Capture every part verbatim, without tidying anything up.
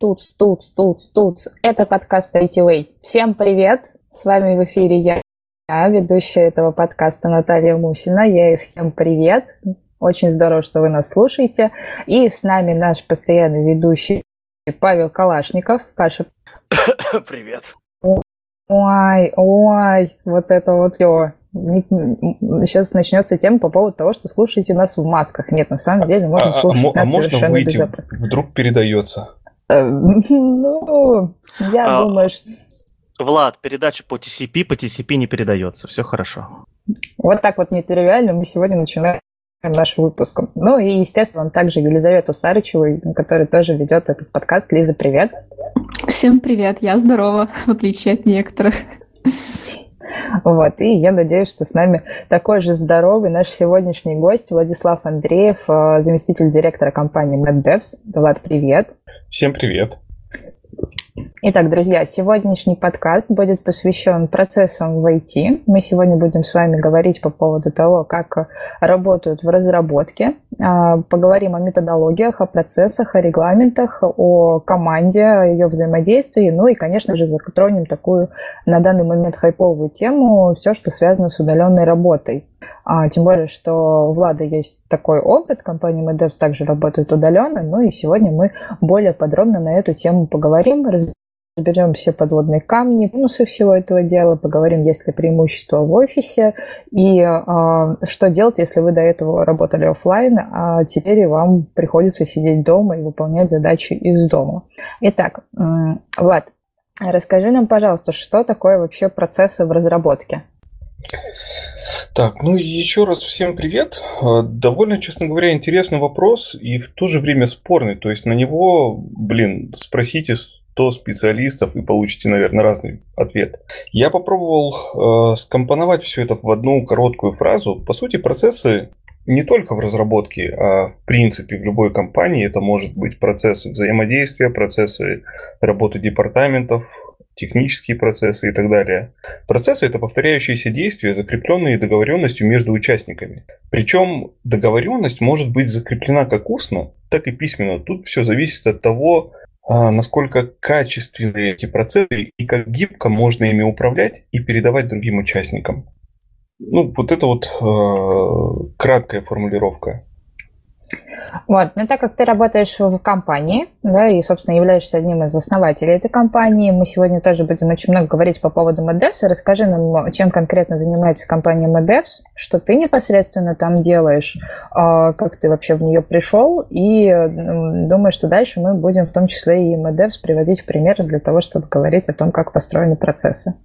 туц, туц, туц, туц. Это подкаст ай ти Way. Всем привет! С вами в эфире я, я, ведущая этого подкаста Наталья Мусина. Я из Хем Привет. Очень здорово, что вы нас слушаете. И с нами наш постоянный ведущий Павел Калашников. Паша. Привет. Ой, ой, вот это вот все. Сейчас начнется тема по поводу того, что слушаете нас в масках. Нет, на самом деле можно а, слушать а, нас а можно совершенно выйти, безопасно. Вдруг передается? Ну, я а, думаю, что... Влад, передача по ти си пи, по ти си пи не передается. Все хорошо. Вот так вот нетривиально мы сегодня начинаем наш выпуск. Ну и, естественно, также Елизавету Сарычеву, которая тоже ведет этот подкаст. Лиза, привет. Всем привет, я здорова, в отличие от некоторых. Вот, и я надеюсь, что с нами такой же здоровый наш сегодняшний гость Владислав Андреев, заместитель директора компании MedDevs. Влад, привет. Всем привет. Итак, друзья, сегодняшний подкаст будет посвящен процессам в ай ти. Мы сегодня будем с вами говорить по поводу того, как работают в разработке. Поговорим о методологиях, о процессах, о регламентах, о команде, о ее взаимодействии. Ну и, конечно же, затронем такую на данный момент хайповую тему, все, что связано с удаленной работой. А, тем более, что у Влада есть такой опыт, компания MedDevs также работает удаленно, ну и сегодня мы более подробно на эту тему поговорим, разберем все подводные камни, минусы всего этого дела, поговорим, есть ли преимущества в офисе и а, что делать, если вы до этого работали офлайн, а теперь вам приходится сидеть дома и выполнять задачи из дома. Итак, Влад, расскажи нам, пожалуйста, что такое вообще процессы в разработке? Так, ну еще раз всем привет. Довольно, честно говоря, интересный вопрос и в то же время спорный. То есть на него, блин, спросите сто специалистов и получите, наверное, разный ответ. Я попробовал э, скомпоновать все это в одну короткую фразу. По сути, процессы не только в разработке, а в принципе в любой компании. Это может быть процессы взаимодействия, процессы работы департаментов, технические процессы и так далее. Процессы – это повторяющиеся действия, закрепленные договоренностью между участниками. Причем договоренность может быть закреплена как устно, так и письменно. Тут все зависит от того, насколько качественны эти процессы и как гибко можно ими управлять и передавать другим участникам. Ну, вот это вот э, краткая формулировка. Вот, ну так как ты работаешь в компании, да, и, собственно, являешься одним из основателей этой компании, мы сегодня тоже будем очень много говорить по поводу MedDevs. Расскажи нам, чем конкретно занимается компания MedDevs, что ты непосредственно там делаешь, как ты вообще в нее пришел, и думаю, что дальше мы будем в том числе и MedDevs приводить в примеры для того, чтобы говорить о том, как построены процессы.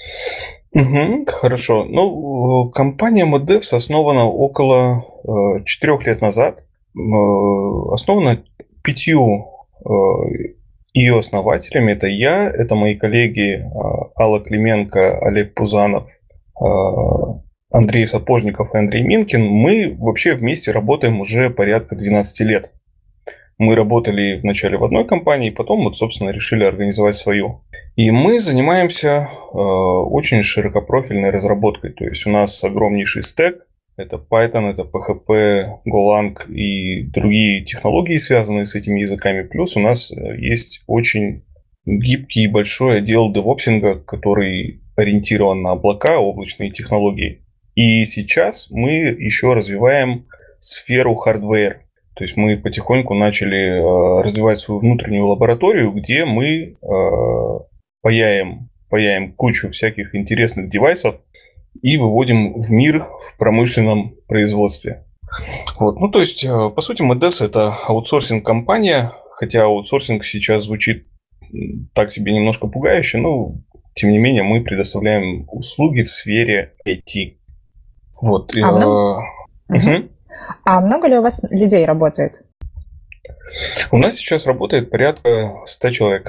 Угу, хорошо. Ну, компания MedDevs основана около э, четырех лет назад. Э, основана пятью э, ее основателями. Это я, это мои коллеги э, Алла Клименко, Олег Пузанов, э, Андрей Сапожников и Андрей Минкин. Мы вообще вместе работаем уже порядка двенадцать лет. Мы работали вначале в одной компании, потом вот, собственно, решили организовать свою. И мы занимаемся э, очень широкопрофильной разработкой. То есть у нас огромнейший стек. Это Python, это пи эйч пи, Golang и другие технологии, связанные с этими языками. Плюс у нас есть очень гибкий и большой отдел девопсинга, который ориентирован на облака, облачные технологии. И сейчас мы еще развиваем сферу hardware. То есть мы потихоньку начали э, развивать свою внутреннюю лабораторию, где мы э, паяем, паяем кучу всяких интересных девайсов и выводим в мир в промышленном производстве. Вот. Ну, то есть, э, по сути, MedDevs – это аутсорсинг-компания, хотя аутсорсинг сейчас звучит так себе немножко пугающе, но, тем не менее, мы предоставляем услуги в сфере ай ти. Вот. А, много? Угу. А много ли у вас людей работает? У нас сейчас работает порядка ста человек.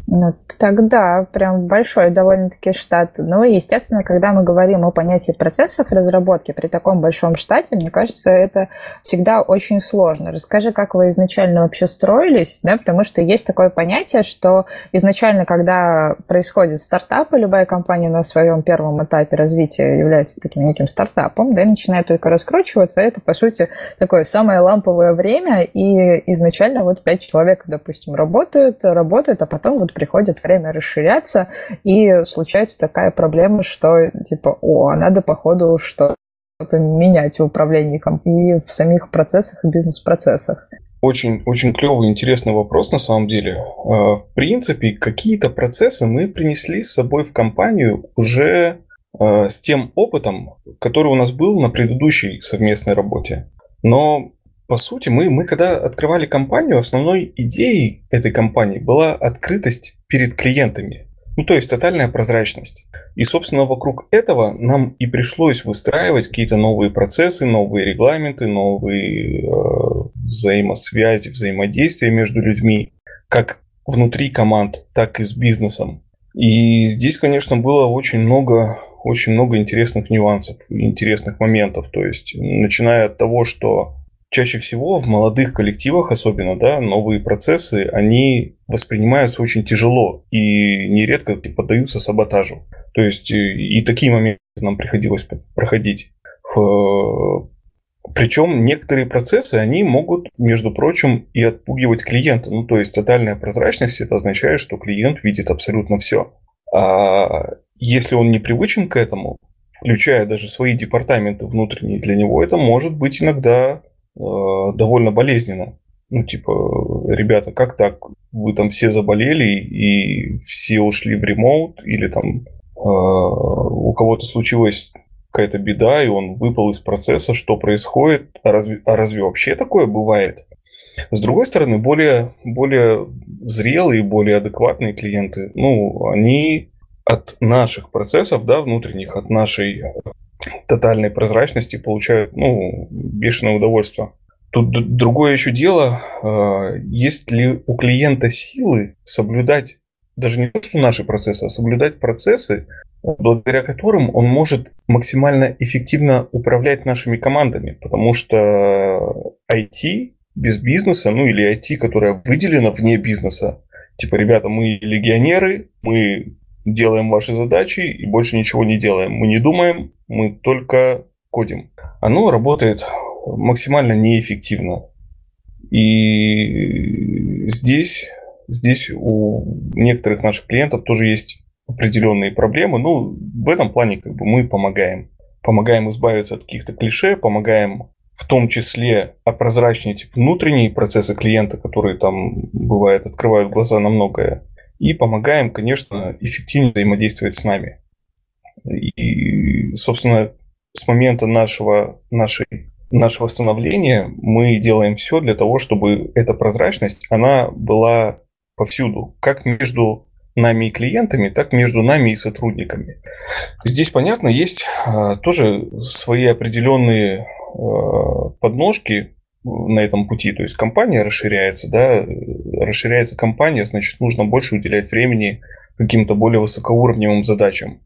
Ну, тогда прям большой довольно-таки штат. Ну, и, естественно, когда мы говорим о понятии процессов разработки при таком большом штате, мне кажется, это всегда очень сложно. Расскажи, как вы изначально вообще строились, да, потому что есть такое понятие, что изначально, когда происходит стартап, и любая компания на своем первом этапе развития является таким неким стартапом, да, и начинает только раскручиваться, это, по сути, такое самое ламповое время, и изначально вот пять человек, допустим, работают, работают, а потом вот приходит время расширяться, и случается такая проблема, что типа, о, надо, походу, что-то менять в управлении и в самих процессах и бизнес-процессах. Очень, очень клевый, интересный вопрос на самом деле. В принципе, какие-то процессы мы принесли с собой в компанию уже с тем опытом, который у нас был на предыдущей совместной работе. Но по сути, мы, мы когда открывали компанию, основной идеей этой компании была открытость перед клиентами. Ну, то есть тотальная прозрачность. И, собственно, вокруг этого нам и пришлось выстраивать какие-то новые процессы, новые регламенты, новые э, взаимосвязи, взаимодействия между людьми, как внутри команд, так и с бизнесом. И здесь, конечно, было очень много, очень много интересных нюансов, интересных моментов. То есть, начиная от того, что чаще всего в молодых коллективах особенно, да, новые процессы, они воспринимаются очень тяжело и нередко поддаются саботажу. То есть и такие моменты нам приходилось проходить. Причем некоторые процессы, они могут, между прочим, и отпугивать клиента. Ну, то есть тотальная прозрачность, это означает, что клиент видит абсолютно все. А если он не привычен к этому, включая даже свои департаменты внутренние для него, это может быть иногда довольно болезненно. Ну, типа, ребята, как так? Вы там все заболели и все ушли в ремоут, или там э, у кого-то случилась какая-то беда, и он выпал из процесса, что происходит? А разве, а разве вообще такое бывает? С другой стороны, более, более зрелые, более адекватные клиенты, ну, они от наших процессов, да, внутренних, от нашей тотальной прозрачности получают, ну, бешеное удовольствие. Тут другое еще дело, есть ли у клиента силы соблюдать, даже не то, что наши процессы, а соблюдать процессы, благодаря которым он может максимально эффективно управлять нашими командами, потому что ай ти без бизнеса, ну или ай ти, которая выделена вне бизнеса, типа, ребята, мы легионеры, мы делаем ваши задачи и больше ничего не делаем. Мы не думаем, мы только кодим. Оно работает максимально неэффективно. И здесь, здесь у некоторых наших клиентов тоже есть определенные проблемы. Ну, в этом плане как бы мы помогаем. Помогаем избавиться от каких-то клише, помогаем в том числе опрозрачнить внутренние процессы клиента, которые там, бывает, открывают глаза на многое. И помогаем, конечно, эффективнее взаимодействовать с нами. И, собственно, с момента нашего, нашей, нашего становления мы делаем все для того, чтобы эта прозрачность, она была повсюду. Как между нами и клиентами, так между нами и сотрудниками. Здесь, понятно, есть а, тоже свои определенные а, подножки на этом пути. То есть компания расширяется, да, расширяется компания, значит, нужно больше уделять времени каким-то более высокоуровневым задачам.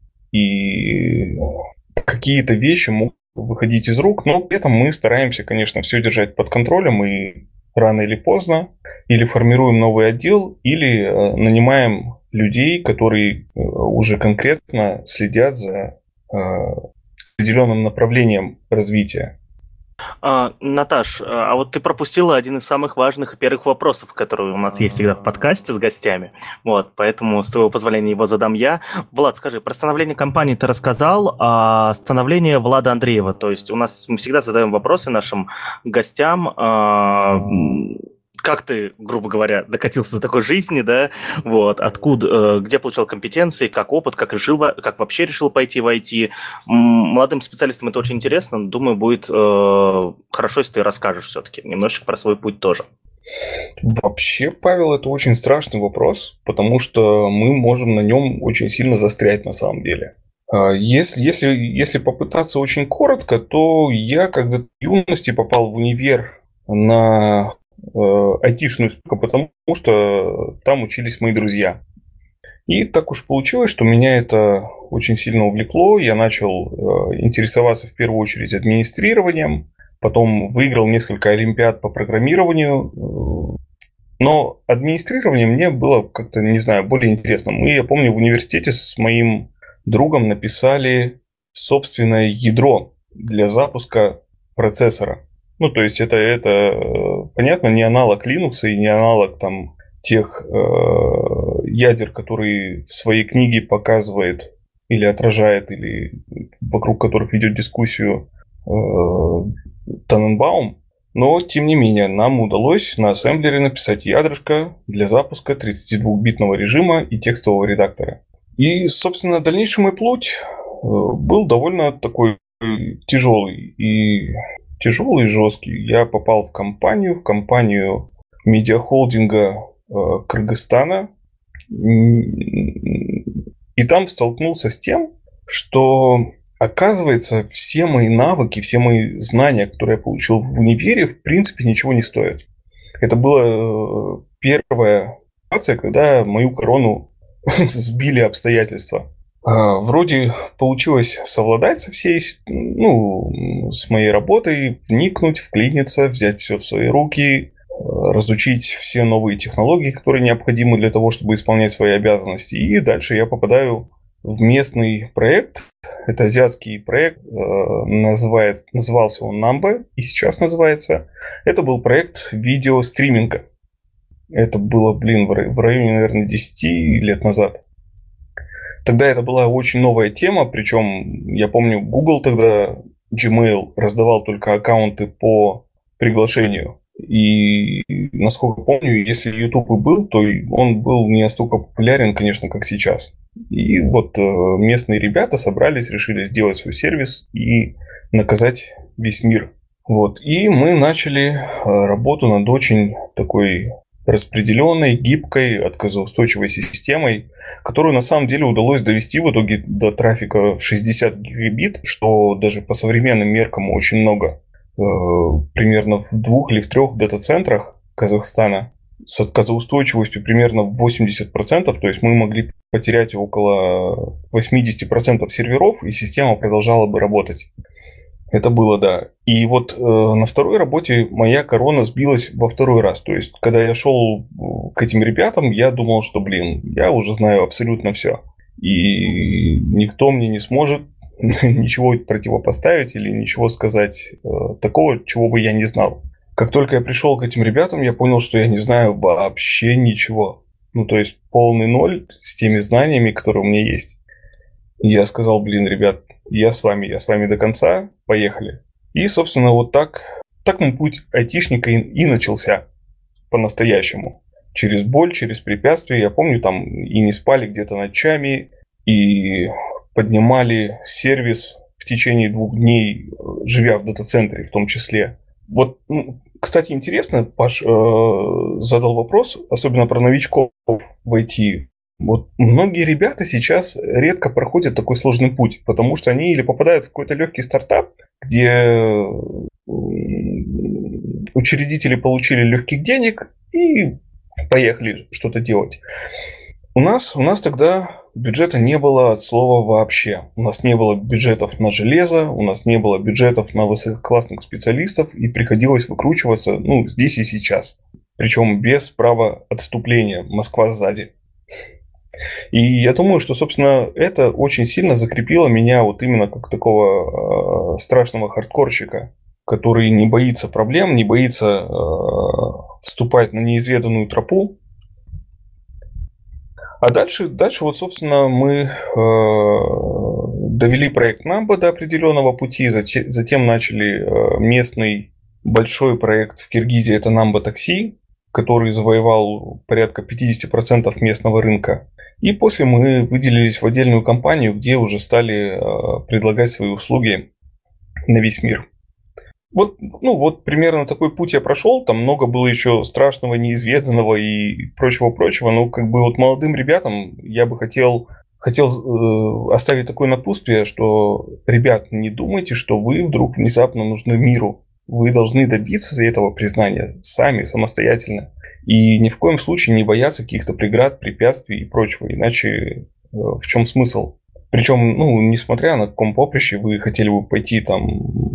И какие-то вещи могут выходить из рук, но при этом мы стараемся, конечно, все держать под контролем и рано или поздно или формируем новый отдел, или нанимаем людей, которые уже конкретно следят за определенным направлением развития. А, Наташ, а вот ты пропустила один из самых важных и первых вопросов, которые у нас есть всегда в подкасте с гостями. Вот, поэтому, с твоего позволения, его задам я. Влад, скажи, про становление компании ты рассказал, а становление Влада Андреева. То есть у нас мы всегда задаем вопросы нашим гостям. А, как ты, грубо говоря, докатился до такой жизни, да? Вот, откуда, где получал компетенции, как опыт, как решил, как вообще решил пойти в ай ти. Молодым специалистам это очень интересно. Думаю, будет э, хорошо, если ты расскажешь все-таки немножечко про свой путь тоже. Вообще, Павел, это очень страшный вопрос, потому что мы можем на нем очень сильно застрять на самом деле. Если, если, если попытаться очень коротко, то я когда-то в юности попал в универ на айтишную, потому что там учились мои друзья. И так уж получилось, что меня это очень сильно увлекло. Я начал э, интересоваться в первую очередь администрированием, потом выиграл несколько олимпиад по программированию. Но администрирование мне было как-то, не знаю, более интересно. Мы, я помню, в университете с моим другом написали собственное ядро для запуска процессора. Ну, то есть это, это понятно, не аналог Linux и не аналог там тех э, ядер, которые в своей книге показывает или отражает, или вокруг которых ведет дискуссию э, Таненбаум. Но, тем не менее, нам удалось на ассемблере написать ядрышко для запуска тридцатидвухбитного режима и текстового редактора. И, собственно, дальнейший мой путь был довольно такой тяжелый и тяжелый и жесткий. Я попал в компанию, в компанию медиахолдинга Кыргызстана, и там столкнулся с тем, что, оказывается, все мои навыки, все мои знания, которые я получил в универе, в принципе, ничего не стоят. Это была первая ситуация, когда мою корону сбили обстоятельства. Вроде получилось совладать со всей, ну, с моей работой, вникнуть, вклиниться, взять все в свои руки, разучить все новые технологии, которые необходимы для того, чтобы исполнять свои обязанности. И дальше я попадаю в местный проект. Это азиатский проект, называет, назывался он Number, и сейчас называется. Это был проект видеостриминга. Это было, блин, в районе, наверное, десять лет назад. Тогда это была очень новая тема, причем, я помню, Google тогда, Gmail, раздавал только аккаунты по приглашению. И, насколько помню, если YouTube и был, то он был не настолько популярен, конечно, как сейчас. И вот местные ребята собрались, решили сделать свой сервис и наказать весь мир. Вот. И мы начали работу над очень такой распределенной, гибкой, отказоустойчивой системой, которую на самом деле удалось довести в итоге до трафика в шестьдесят гигабит, что даже по современным меркам очень много. Примерно в двух или в трех дата-центрах Казахстана с отказоустойчивостью примерно в восемьдесят процентов, то есть мы могли потерять около восемьдесят процентов серверов, и система продолжала бы работать. Это было, да. И вот э, на второй работе моя корона сбилась во второй раз. То есть, когда я шел к этим ребятам, я думал, что, блин, я уже знаю абсолютно все. И никто мне не сможет ничего противопоставить или ничего сказать э, такого, чего бы я не знал. Как только я пришел к этим ребятам, я понял, что я не знаю вообще ничего. Ну, то есть, полный ноль с теми знаниями, которые у меня есть. И я сказал, блин, ребят, я с вами, я с вами до конца, поехали. И, собственно, вот так, так мой путь айтишника и, и начался по-настоящему. Через боль, через препятствия. Я помню, там и не спали где-то ночами, и поднимали сервис в течение двух дней, живя в дата-центре в том числе. Вот, кстати, интересно, Паш э, задал вопрос, особенно про новичков в ай ти. Вот многие ребята сейчас редко проходят такой сложный путь, потому что они или попадают в какой-то легкий стартап, где учредители получили легких денег и поехали что-то делать. У нас, у нас тогда бюджета не было от слова вообще. У нас не было бюджетов на железо, у нас не было бюджетов на высококлассных специалистов, и приходилось выкручиваться, ну, здесь и сейчас. Причем без права отступления. Москва сзади. И я думаю, что, собственно, это очень сильно закрепило меня вот именно как такого э, страшного хардкорщика, который не боится проблем, не боится э, вступать на неизведанную тропу. А дальше, дальше вот, собственно, мы э, довели проект Number до определенного пути, затем, затем начали э, местный большой проект в Киргизии, это Number Taxi, который завоевал порядка пятьдесят процентов местного рынка. И после мы выделились в отдельную компанию, где уже стали э, предлагать свои услуги на весь мир. Вот, ну, вот примерно такой путь я прошел. Там много было еще страшного, неизведанного и прочего-прочего. Но как бы вот молодым ребятам я бы хотел, хотел э, оставить такое напутствие, что, ребят, не думайте, что вы вдруг внезапно нужны миру. Вы должны добиться этого признания сами, самостоятельно. И ни в коем случае не бояться каких-то преград, препятствий и прочего. Иначе в чем смысл? Причем, ну, несмотря на каком поприще вы хотели бы пойти там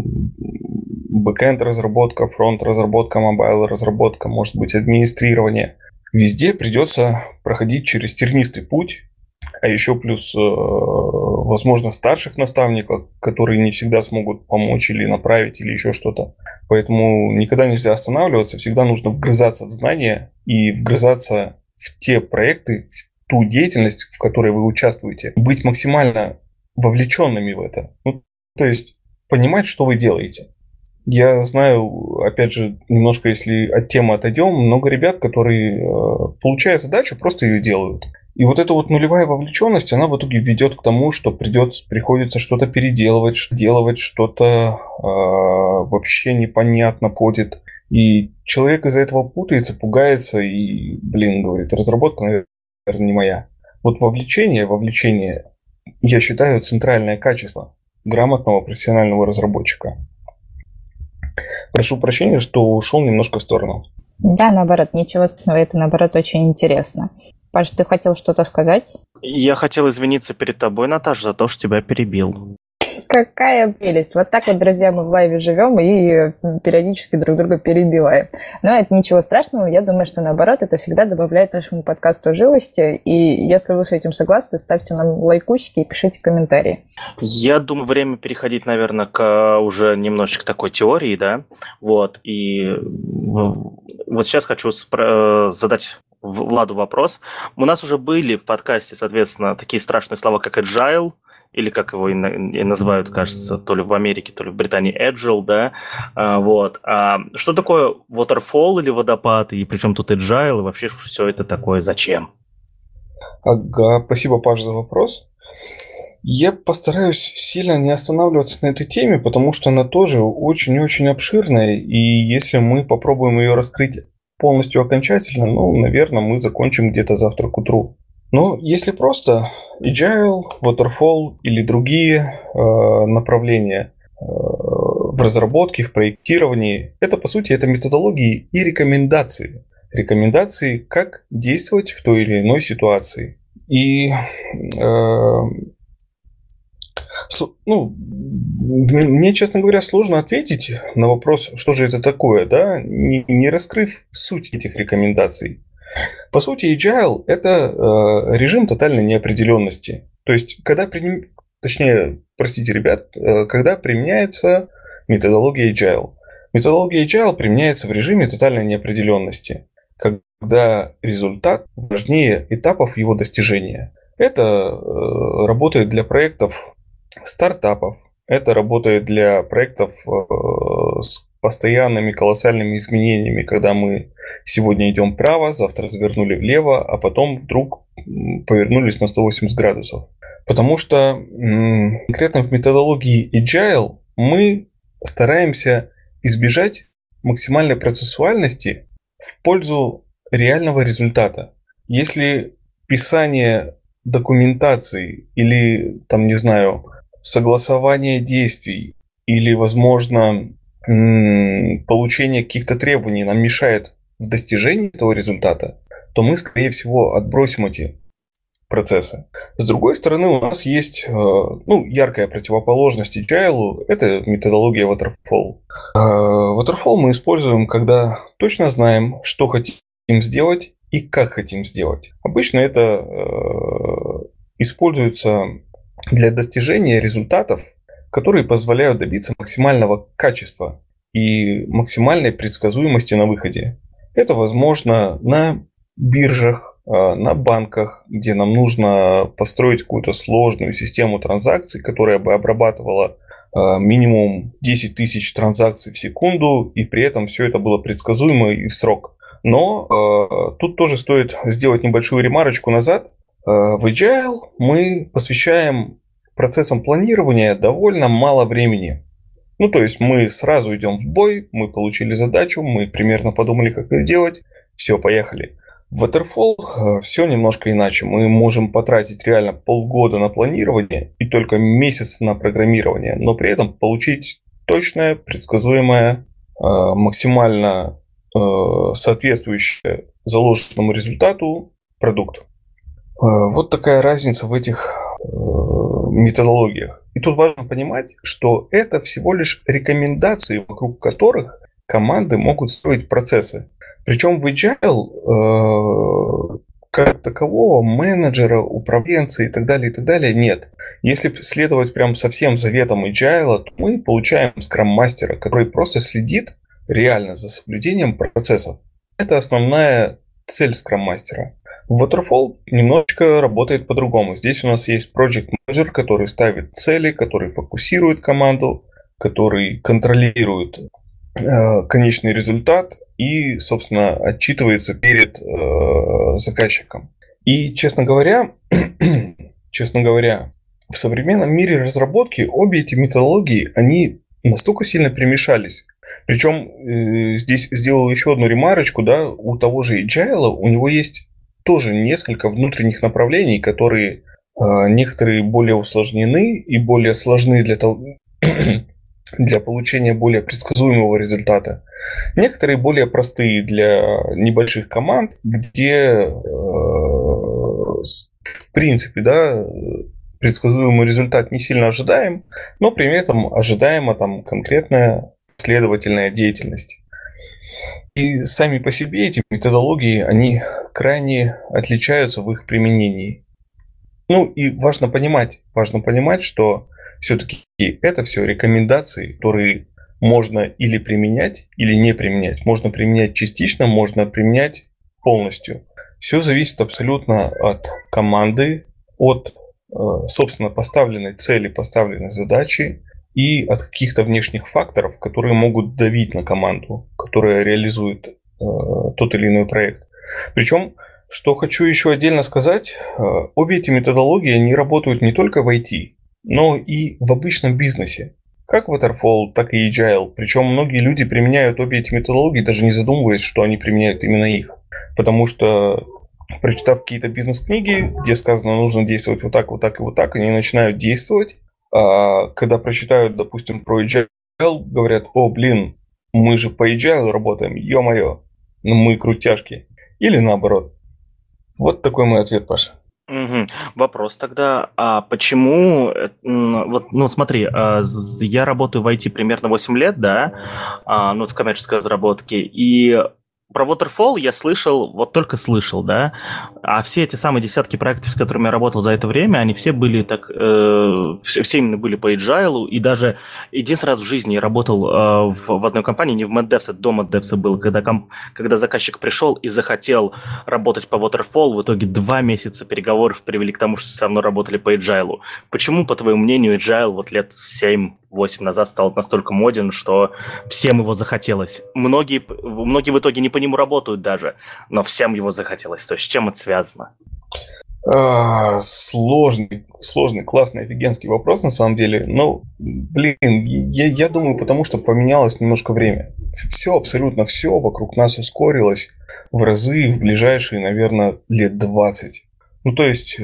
бэкэнд разработка, фронт разработка, мобайл разработка, может быть, администрирование, везде придется проходить через тернистый путь, а еще плюс, возможно, старших наставников, которые не всегда смогут помочь или направить, или еще что-то. Поэтому никогда нельзя останавливаться, всегда нужно вгрызаться в знания и вгрызаться в те проекты, в ту деятельность, в которой вы участвуете, быть максимально вовлеченными в это. Ну, то есть понимать, что вы делаете. Я знаю, опять же, немножко если от темы отойдем, много ребят, которые, получая задачу, просто ее делают. И вот эта вот нулевая вовлеченность, она в итоге ведет к тому, что придется, приходится что-то переделывать, делать что-то э, вообще непонятно ходит. И человек из-за этого путается, пугается и, блин, говорит, разработка, наверное, не моя. Вот вовлечение, вовлечение, я считаю, центральное качество грамотного профессионального разработчика. Прошу прощения, что ушел немножко в сторону. Да, наоборот, ничего страшного, это, наоборот, очень интересно. Паш, ты хотел что-то сказать? Я хотел извиниться перед тобой, Наташа, за то, что тебя перебил. Какая прелесть. Вот так вот, друзья, мы в лайве живем и периодически друг друга перебиваем. Но это ничего страшного. Я думаю, что наоборот, это всегда добавляет нашему подкасту живости. И если вы с этим согласны, ставьте нам лайкусики и пишите комментарии. Я думаю, время переходить, наверное, к уже немножечко такой теории, да. Вот. И вот сейчас хочу спро- задать Владу вопрос. У нас уже были в подкасте, соответственно, такие страшные слова, как agile, или как его и называют, кажется, то ли в Америке, то ли в Британии agile, да, а, вот. А что такое waterfall или водопад, и причем тут agile, и вообще все это такое зачем? Ага, спасибо, Паш, за вопрос. Я постараюсь сильно не останавливаться на этой теме, потому что она тоже очень-очень обширная, и если мы попробуем ее раскрыть полностью окончательно, ну, наверное, мы закончим где-то завтра к утру. Но если просто agile, waterfall или другие э, направления э, в разработке, в проектировании, это, по сути, это методологии и рекомендации. Рекомендации, как действовать в той или иной ситуации. И э, ну, мне, честно говоря, сложно ответить на вопрос, что же это такое, да, не, не раскрыв суть этих рекомендаций. По сути, agile – это э, режим тотальной неопределенности. То есть, когда приним... точнее, простите, ребят, э, когда применяется методология agile. Методология agile применяется в режиме тотальной неопределенности, когда результат важнее этапов его достижения. Это э, работает для проектов стартапов, это работает для проектов э, с постоянными колоссальными изменениями, когда мы сегодня идем вправо, завтра завернули влево, а потом вдруг повернулись на сто восемьдесят градусов. Потому что м- конкретно в методологии agile мы стараемся избежать максимальной процессуальности в пользу реального результата. Если писание документации или, там, не знаю, согласование действий или, возможно, получение каких-то требований нам мешает в достижении этого результата, то мы, скорее всего, отбросим эти процессы. С другой стороны, у нас есть ну, яркая противоположность agile, это методология waterfall. Waterfall мы используем, когда точно знаем, что хотим сделать и как хотим сделать. Обычно это используется для достижения результатов, которые позволяют добиться максимального качества и максимальной предсказуемости на выходе. Это возможно на биржах, на банках, где нам нужно построить какую-то сложную систему транзакций, которая бы обрабатывала минимум десять тысяч транзакций в секунду, и при этом все это было предсказуемо и в срок. Но э, тут тоже стоит сделать небольшую ремарочку назад. Э, в agile мы посвящаем процессам планирования довольно мало времени. Ну, то есть мы сразу идем в бой, мы получили задачу, мы примерно подумали, как это делать, все, поехали. В Waterfall э, все немножко иначе. Мы можем потратить реально полгода на планирование и только месяц на программирование, но при этом получить точное, предсказуемое, э, максимально соответствующий заложенному результату продукт. Вот такая разница в этих методологиях. И тут важно понимать, что это всего лишь рекомендации, вокруг которых команды могут строить процессы. Причем в Agile э, как такового менеджера, управленца и так далее, и так далее нет. Если следовать прям совсем заветам Agile, то мы получаем скрам-мастера, который просто следит реально за соблюдением процессов. Это основная цель скрам-мастера. Waterfall немножечко работает по-другому. Здесь у нас есть Project Manager, который ставит цели, который фокусирует команду, который контролирует э, конечный результат и, собственно, отчитывается перед э, заказчиком. И, честно говоря, честно говоря, в современном мире разработки обе эти методологии, они настолько сильно перемешались. Причем э, здесь сделал еще одну ремарочку, да, у того же Agile, у него есть тоже несколько внутренних направлений, которые э, некоторые более усложнены и более сложны для, того, для получения более предсказуемого результата. Некоторые более простые для небольших команд, где э, в принципе, да, предсказуемый результат не сильно ожидаем, но при этом ожидаема там конкретная последовательная деятельность. И сами по себе эти методологии, они крайне отличаются в их применении. Ну и важно понимать, важно понимать, что все-таки это все рекомендации, которые можно или применять, или не применять. Можно применять частично, можно применять полностью. Все зависит абсолютно от команды, от, собственно, поставленной цели, поставленной задачи, и от каких-то внешних факторов, которые могут давить на команду, которая реализует э, тот или иной проект. Причем, что хочу еще отдельно сказать, э, обе эти методологии, они работают не только в ай ти, но и в обычном бизнесе. Как Waterfall, так и Agile. Причем многие люди применяют обе эти методологии, даже не задумываясь, что они применяют именно их. Потому что, прочитав какие-то бизнес-книги, где сказано, нужно действовать вот так, вот так и вот так, они начинают действовать. А когда прочитают, допустим, про Agile, говорят, о, блин, мы же по Agile работаем, ё-моё, ну мы крутяшки. Или наоборот. Вот такой мой ответ, Паша. Угу. Вопрос тогда, а почему, вот, ну смотри, я работаю в ай ти примерно восемь лет, да, ну в коммерческой разработке, и про Waterfall я слышал, вот только слышал, да, а все эти самые десятки проектов, с которыми я работал за это время, они все были так, э, все, все именно были по Agile, и даже единственный раз в жизни я работал э, в, в одной компании, не в MadDevs, это до MadDevs был, когда, комп, когда заказчик пришел и захотел работать по Waterfall, в итоге два месяца переговоров привели к тому, что все равно работали по Agile. Почему, по твоему мнению, Agile вот лет семь-восемь назад стал настолько моден, что всем его захотелось? Многие, многие в итоге не по нему работают даже, но всем его захотелось. То есть с чем это связано? А, сложный, сложный, классный, офигенский вопрос на самом деле. Но, блин, я, я думаю, потому что поменялось немножко время. Все, абсолютно все вокруг нас ускорилось в разы в ближайшие, наверное, лет двадцать. Ну, то есть,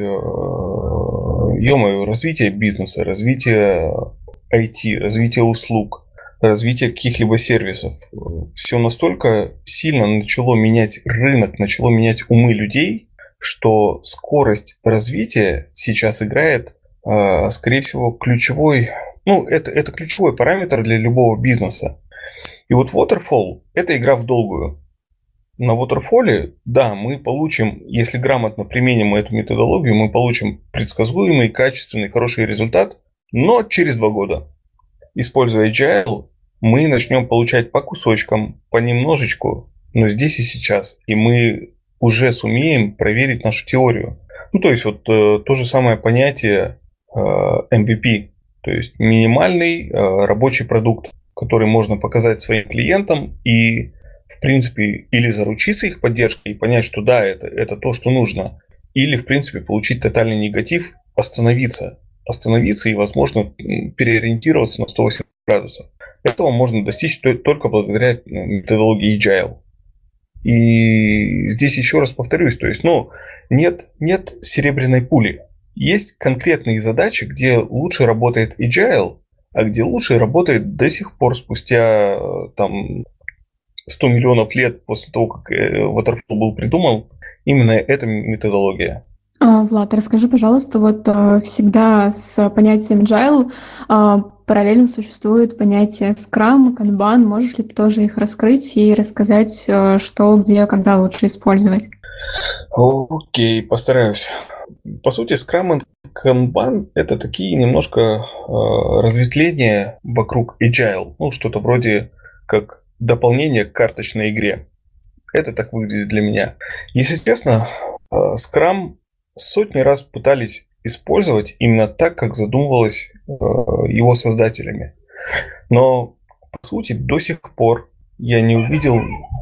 ё-моё, развитие бизнеса, развитие ай ти, развитие услуг, развитие каких-либо сервисов. Все настолько сильно начало менять рынок, начало менять умы людей, что скорость развития сейчас играет, скорее всего, ключевой, ну, это, это ключевой параметр для любого бизнеса. И вот Waterfall – это игра в долгую. На Waterfall, да, мы получим, если грамотно применим эту методологию, мы получим предсказуемый, качественный, хороший результат, но через два года. Используя Agile, мы начнем получать по кусочкам, понемножечку, но здесь и сейчас. И мы уже сумеем проверить нашу теорию. Ну, то есть, вот э, то же самое понятие э, эм ви пи, то есть минимальный э, рабочий продукт, который можно показать своим клиентам и, в принципе, или заручиться их поддержкой и понять, что да, это, это то, что нужно, или, в принципе, получить тотальный негатив, остановиться. Остановиться и, возможно, переориентироваться на сто восемьдесят градусов. Этого можно достичь только благодаря методологии Agile. И здесь еще раз повторюсь, то есть, ну, нет, нет серебряной пули. Есть конкретные задачи, где лучше работает Agile, а где лучше работает до сих пор, спустя там сто миллионов лет после того, как Waterfall был придуман, именно эта методология. Влад, расскажи, пожалуйста, вот всегда с понятием Agile параллельно существует понятие Scrum, Kanban. Можешь ли ты тоже их раскрыть и рассказать, что, где, когда лучше использовать? Окей, постараюсь. По сути, Scrum и Kanban – это такие немножко э, разветвления вокруг Agile. Ну, что-то вроде как дополнение к карточной игре. Это так выглядит для меня. Если честно, э, Scrum сотни раз пытались использовать именно так, как задумывалось э, его создателями. Но, по сути, до сих пор я не увидел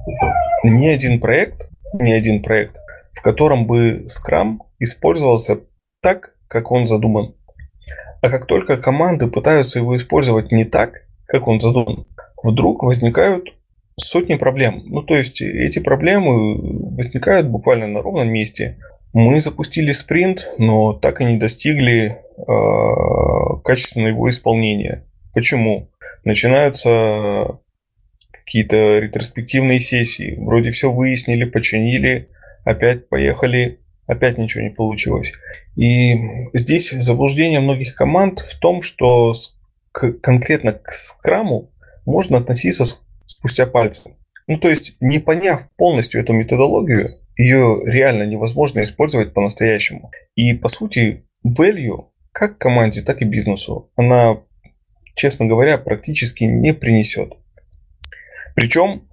ни один проект, ни один проект, в котором бы Scrum использовался так, как он задуман. А как только команды пытаются его использовать не так, как он задуман, вдруг возникают сотни проблем. Ну, то есть эти проблемы возникают буквально на ровном месте. Мы запустили спринт, но так и не достигли э, качественного его исполнения. Почему? Начинаются какие-то ретроспективные сессии. Вроде все выяснили, починили, опять поехали, опять ничего не получилось. И здесь заблуждение многих команд в том, что к, конкретно к скраму можно относиться спустя пальцы. Ну, то есть, не поняв полностью эту методологию, ее реально невозможно использовать по-настоящему. И, по сути, value как команде, так и бизнесу она, честно говоря, практически не принесет. Причем,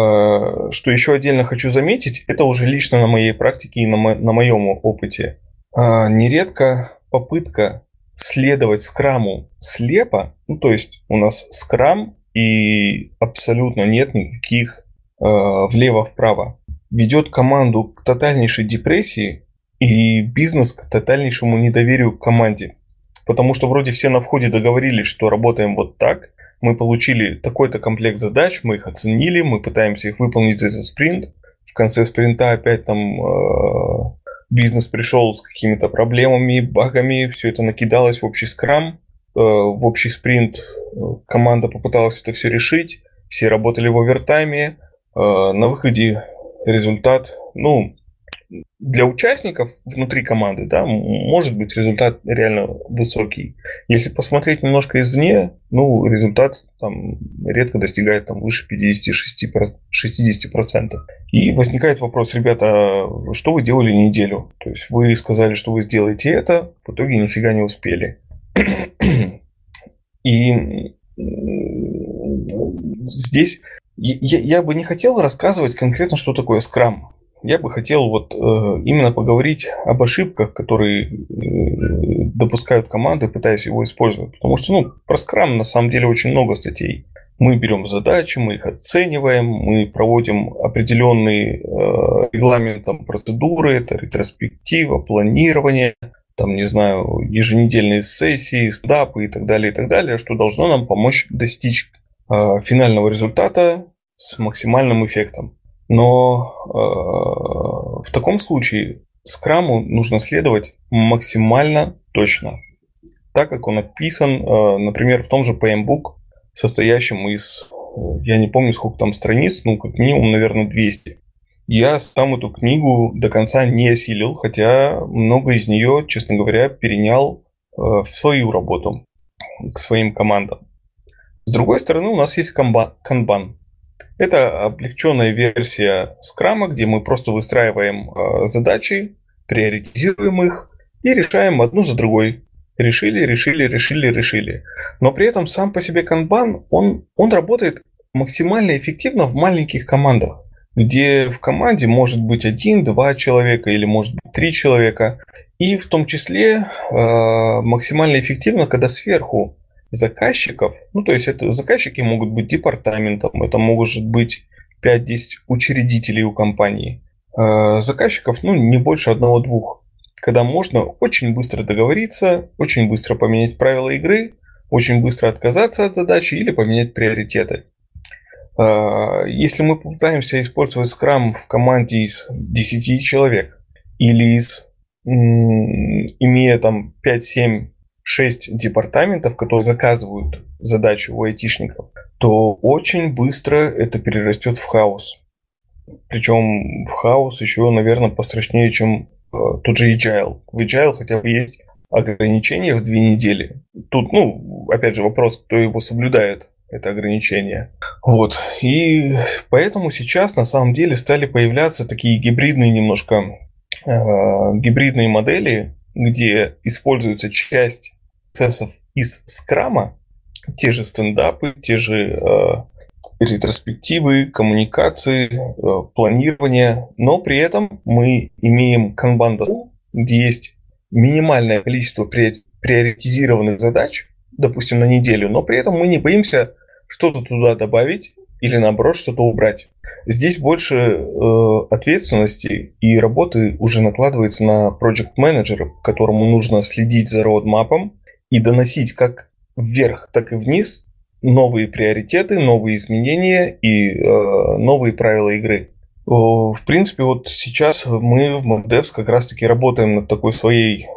э, что еще отдельно хочу заметить, это уже лично на моей практике и на, мо- на моем опыте. Э, нередко попытка следовать скраму слепо, ну, то есть у нас скрам и абсолютно нет никаких э, влево-вправо, ведет команду к тотальнейшей депрессии и бизнес к тотальнейшему недоверию к команде. Потому что вроде все на входе договорились, что работаем вот так, мы получили такой-то комплект задач, мы их оценили, мы пытаемся их выполнить за этот спринт. В конце спринта опять там э, бизнес пришел с какими-то проблемами, багами, все это накидалось в общий скрам, э, в общий спринт команда попыталась это все решить, все работали в овертайме, э, на выходе результат, ну, для участников внутри команды, да, может быть результат реально высокий. Если посмотреть немножко извне, ну, результат там редко достигает там выше пятьдесят-шестьдесят процентов. И возникает вопрос, ребята, что вы делали неделю? То есть вы сказали, что вы сделаете это, в итоге нифига не успели. И здесь я, я бы не хотел рассказывать конкретно, что такое скрам. Я бы хотел вот э, именно поговорить об ошибках, которые э, допускают команды, пытаясь его использовать. Потому что, ну, про скрам на самом деле очень много статей. Мы берем задачи, мы их оцениваем, мы проводим определенные э, регламентом процедуры, это ретроспектива, планирование, там, не знаю, еженедельные сессии, стендапы и так далее, и так далее, что должно нам помочь достичь э, финального результата с максимальным эффектом. Но э, в таком случае скраму нужно следовать максимально точно, так как он описан, э, например, в том же пи эм бук, состоящем из, я не помню, сколько там страниц, ну, как минимум, наверное, двести. Я сам эту книгу до конца не осилил, хотя много из нее, честно говоря, перенял э, в свою работу, к своим командам. С другой стороны, у нас есть Kanban. Это облегченная версия скрама, где мы просто выстраиваем э, задачи, приоритизируем их и решаем одну за другой. Решили, решили, решили, решили. Но при этом сам по себе Kanban, он, он работает максимально эффективно в маленьких командах, где в команде может быть один-два человека или может быть три человека. И в том числе э, максимально эффективно, когда сверху заказчиков, ну то есть это заказчики могут быть департаментом, это может быть пять-десять учредителей у компании. Э, заказчиков, ну, не больше одного-двух. Когда можно очень быстро договориться, очень быстро поменять правила игры, очень быстро отказаться от задачи или поменять приоритеты. Если мы попытаемся использовать скрам в команде из десяти человек или из, имея там пять-семь шесть департаментов, которые заказывают задачи у айтишников, то очень быстро это перерастет в хаос. Причем в хаос еще, наверное, пострашнее, чем э, тот же Agile. В Agile хотя бы есть ограничения в две недели. Тут, ну, опять же, вопрос, кто его соблюдает, это ограничение. Вот. И поэтому сейчас на самом деле стали появляться такие гибридные немножко э, гибридные модели, где используется часть процессов из скрама, те же стендапы, те же э, ретроспективы, коммуникации, э, планирование, но при этом мы имеем канбан-доску, где есть минимальное количество приоритизированных задач, допустим, на неделю, но при этом мы не боимся что-то туда добавить или, наоборот, что-то убрать. Здесь больше э, ответственности и работы уже накладывается на проект-менеджера, которому нужно следить за роудмапом и доносить как вверх, так и вниз новые приоритеты, новые изменения и э, новые правила игры. В принципе, вот сейчас мы в MapDevs как раз-таки работаем над такой своей,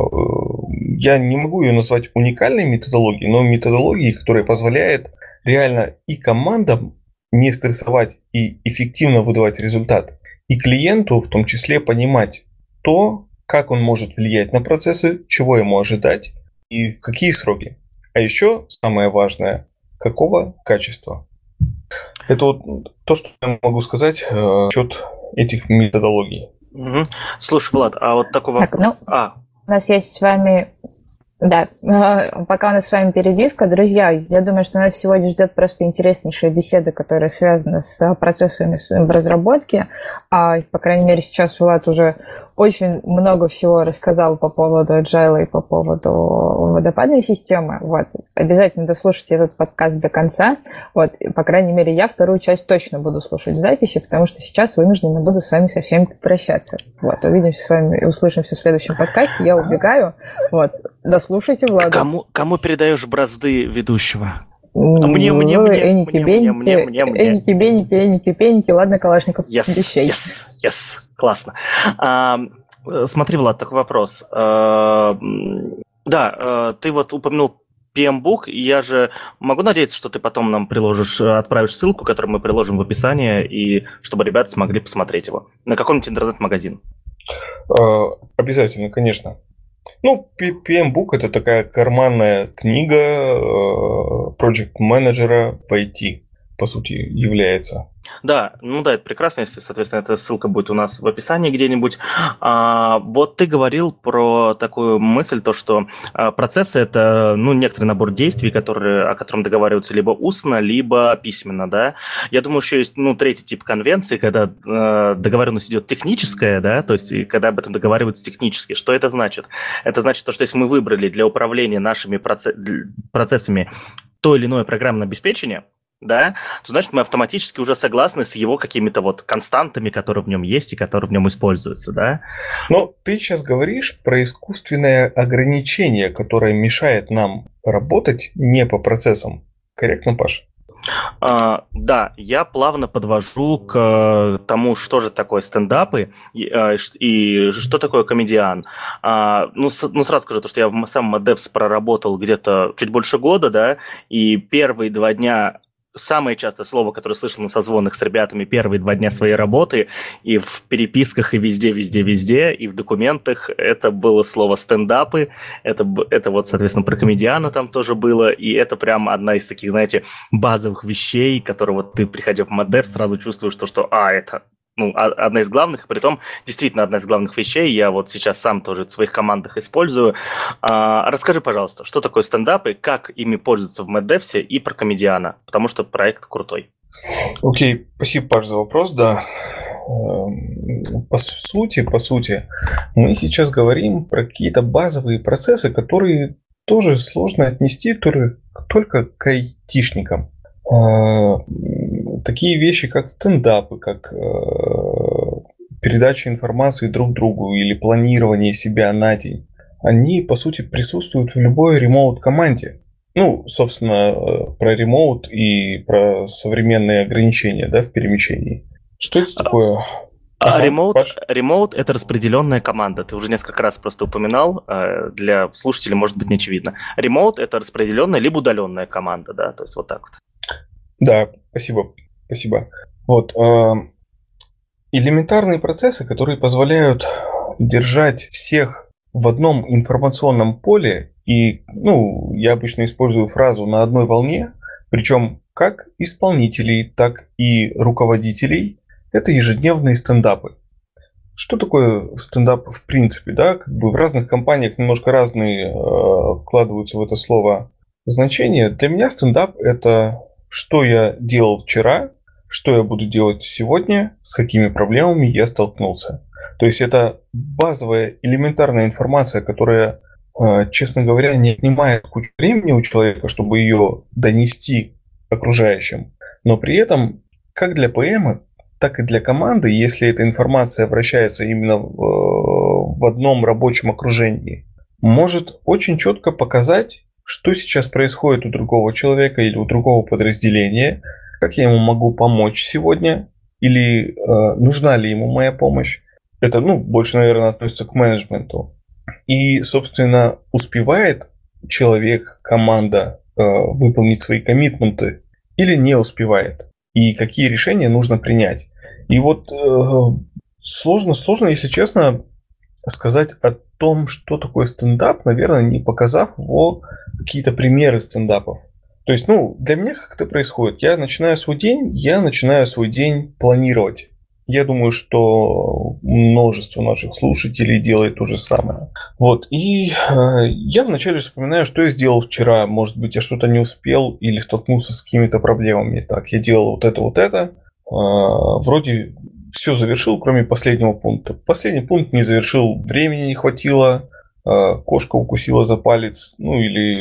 я не могу ее назвать уникальной методологией, но методологией, которая позволяет реально и командам не стрессовать и эффективно выдавать результат, и клиенту в том числе понимать то, как он может влиять на процессы, чего ему ожидать и в какие сроки. А еще самое важное, какого качества. Это вот то, что я могу сказать э, насчет этих методологий. Угу. Слушай, Влад, а вот такой вопрос... Так, ну, а. у нас есть с вами... Да, пока у нас с вами перебивка, друзья, я думаю, что нас сегодня ждет просто интереснейшая беседа, которая связана с процессами в разработке. А, по крайней мере, сейчас Влад уже очень много всего рассказал по поводу Agile и по поводу водопадной системы. Вот. Обязательно дослушайте этот подкаст до конца. Вот. И, по крайней мере, я вторую часть точно буду слушать в записи, потому что сейчас вынуждена буду с вами со всеми прощаться. Вот. Увидимся с вами и услышимся в следующем подкасте. Я убегаю. Вот. Дослушайте Влада. Кому, кому передаешь бразды ведущего? А мне, мне, мне, Эники, мне, беники, мне, мне, мне. Эники, беники, эники, пеники. Ладно, Калашников, yes, вещей. Yes, yes, классно. А, смотри, Влад, такой вопрос. А, да, а, ты вот упомянул пи эм-бук, я же могу надеяться, что ты потом нам приложишь, отправишь ссылку, которую мы приложим в описании, и чтобы ребята смогли посмотреть его. На каком-нибудь интернет-магазин. А, обязательно, конечно. Ну, пи эм-бук – это такая карманная книга проект-менеджера в ай ти, по сути, является. Да, ну да, это прекрасно, если, соответственно, эта ссылка будет у нас в описании где-нибудь. А, вот ты говорил про такую мысль, то, что а, процессы – это, ну, некоторый набор действий, которые, о котором договариваются либо устно, либо письменно, да. Я думаю, еще есть, ну, третий тип конвенции, когда э, договоренность идет техническая, да, то есть когда об этом договариваются технически. Что это значит? Это значит то, что если мы выбрали для управления нашими процесс- процессами то или иное программное обеспечение, да, то значит мы автоматически уже согласны с его какими-то вот константами, которые в нем есть и которые в нем используются, да. Но ты сейчас говоришь про искусственное ограничение, которое мешает нам работать не по процессам. Корректно, Паш? Uh, да, я плавно подвожу к uh, тому, что же такое стендапы и, uh, и что такое комедиан. Uh, ну, с, ну, сразу скажу, то, что я в сам MapDevs проработал где-то чуть больше года, да, и первые два дня... Самое частое слово, которое слышал на созвонах с ребятами первые два дня своей работы, и в переписках, и везде, везде, везде, и в документах, это было слово стендапы, это, это вот, соответственно, про комедиана там тоже было, и это прям одна из таких, знаете, базовых вещей, которые вот ты, приходя в MapDev, сразу чувствуешь то, что, а, это... Ну, одна из главных, и при том действительно одна из главных вещей, я вот сейчас сам тоже в своих командах использую. А, расскажи, пожалуйста, что такое стендапы, как ими пользуются в MapDevs и про комедиана, потому что проект крутой. Окей, okay, спасибо, Паш, за вопрос, да. По сути, по сути, мы сейчас говорим про какие-то базовые процессы, которые тоже сложно отнести только к айтишникам. Такие вещи, как стендапы, как э, передача информации друг другу или планирование себя на день, они, по сути, присутствуют в любой ремоут-команде. Ну, собственно, про ремоут и про современные ограничения, да, в перемещении. Что это такое? Ага, remote, remote — это распределенная команда. Ты уже несколько раз просто упоминал, для слушателей может быть не очевидно. Remote — это распределенная либо удаленная команда, да, то есть вот так вот. Да, спасибо, спасибо. Вот, элементарные процессы, которые позволяют держать всех в одном информационном поле, и, ну, я обычно использую фразу «на одной волне», причем как исполнителей, так и руководителей, это ежедневные стендапы. Что такое стендап в принципе, да? Как бы в разных компаниях немножко разные э, вкладываются в это слово значения. Для меня стендап – это что я делал вчера, что я буду делать сегодня, с какими проблемами я столкнулся. То есть это базовая элементарная информация, которая, э, честно говоря, не отнимает кучу времени у человека, чтобы ее донести окружающим. Но при этом, как для ПМа, так и для команды, если эта информация вращается именно в, в одном рабочем окружении, может очень четко показать, что сейчас происходит у другого человека или у другого подразделения, как я ему могу помочь сегодня, или э, нужна ли ему моя помощь. Это, ну, больше, наверное, относится к менеджменту. И, собственно, успевает человек, команда э, выполнить свои коммитменты или не успевает. И какие решения нужно принять. И вот э, сложно, сложно, если честно, сказать о том, что такое стендап, наверное, не показав его какие-то примеры стендапов. То есть, ну, для меня как это происходит? Я начинаю свой день, я начинаю свой день планировать. Я думаю, что множество наших слушателей делает то же самое. Вот, и э, я вначале вспоминаю, что я сделал вчера. Может быть, я что-то не успел или столкнулся с какими-то проблемами. Так, я делал вот это, вот это. Э, вроде все завершил, кроме последнего пункта. Последний пункт не завершил, времени не хватило, э, кошка укусила за палец, ну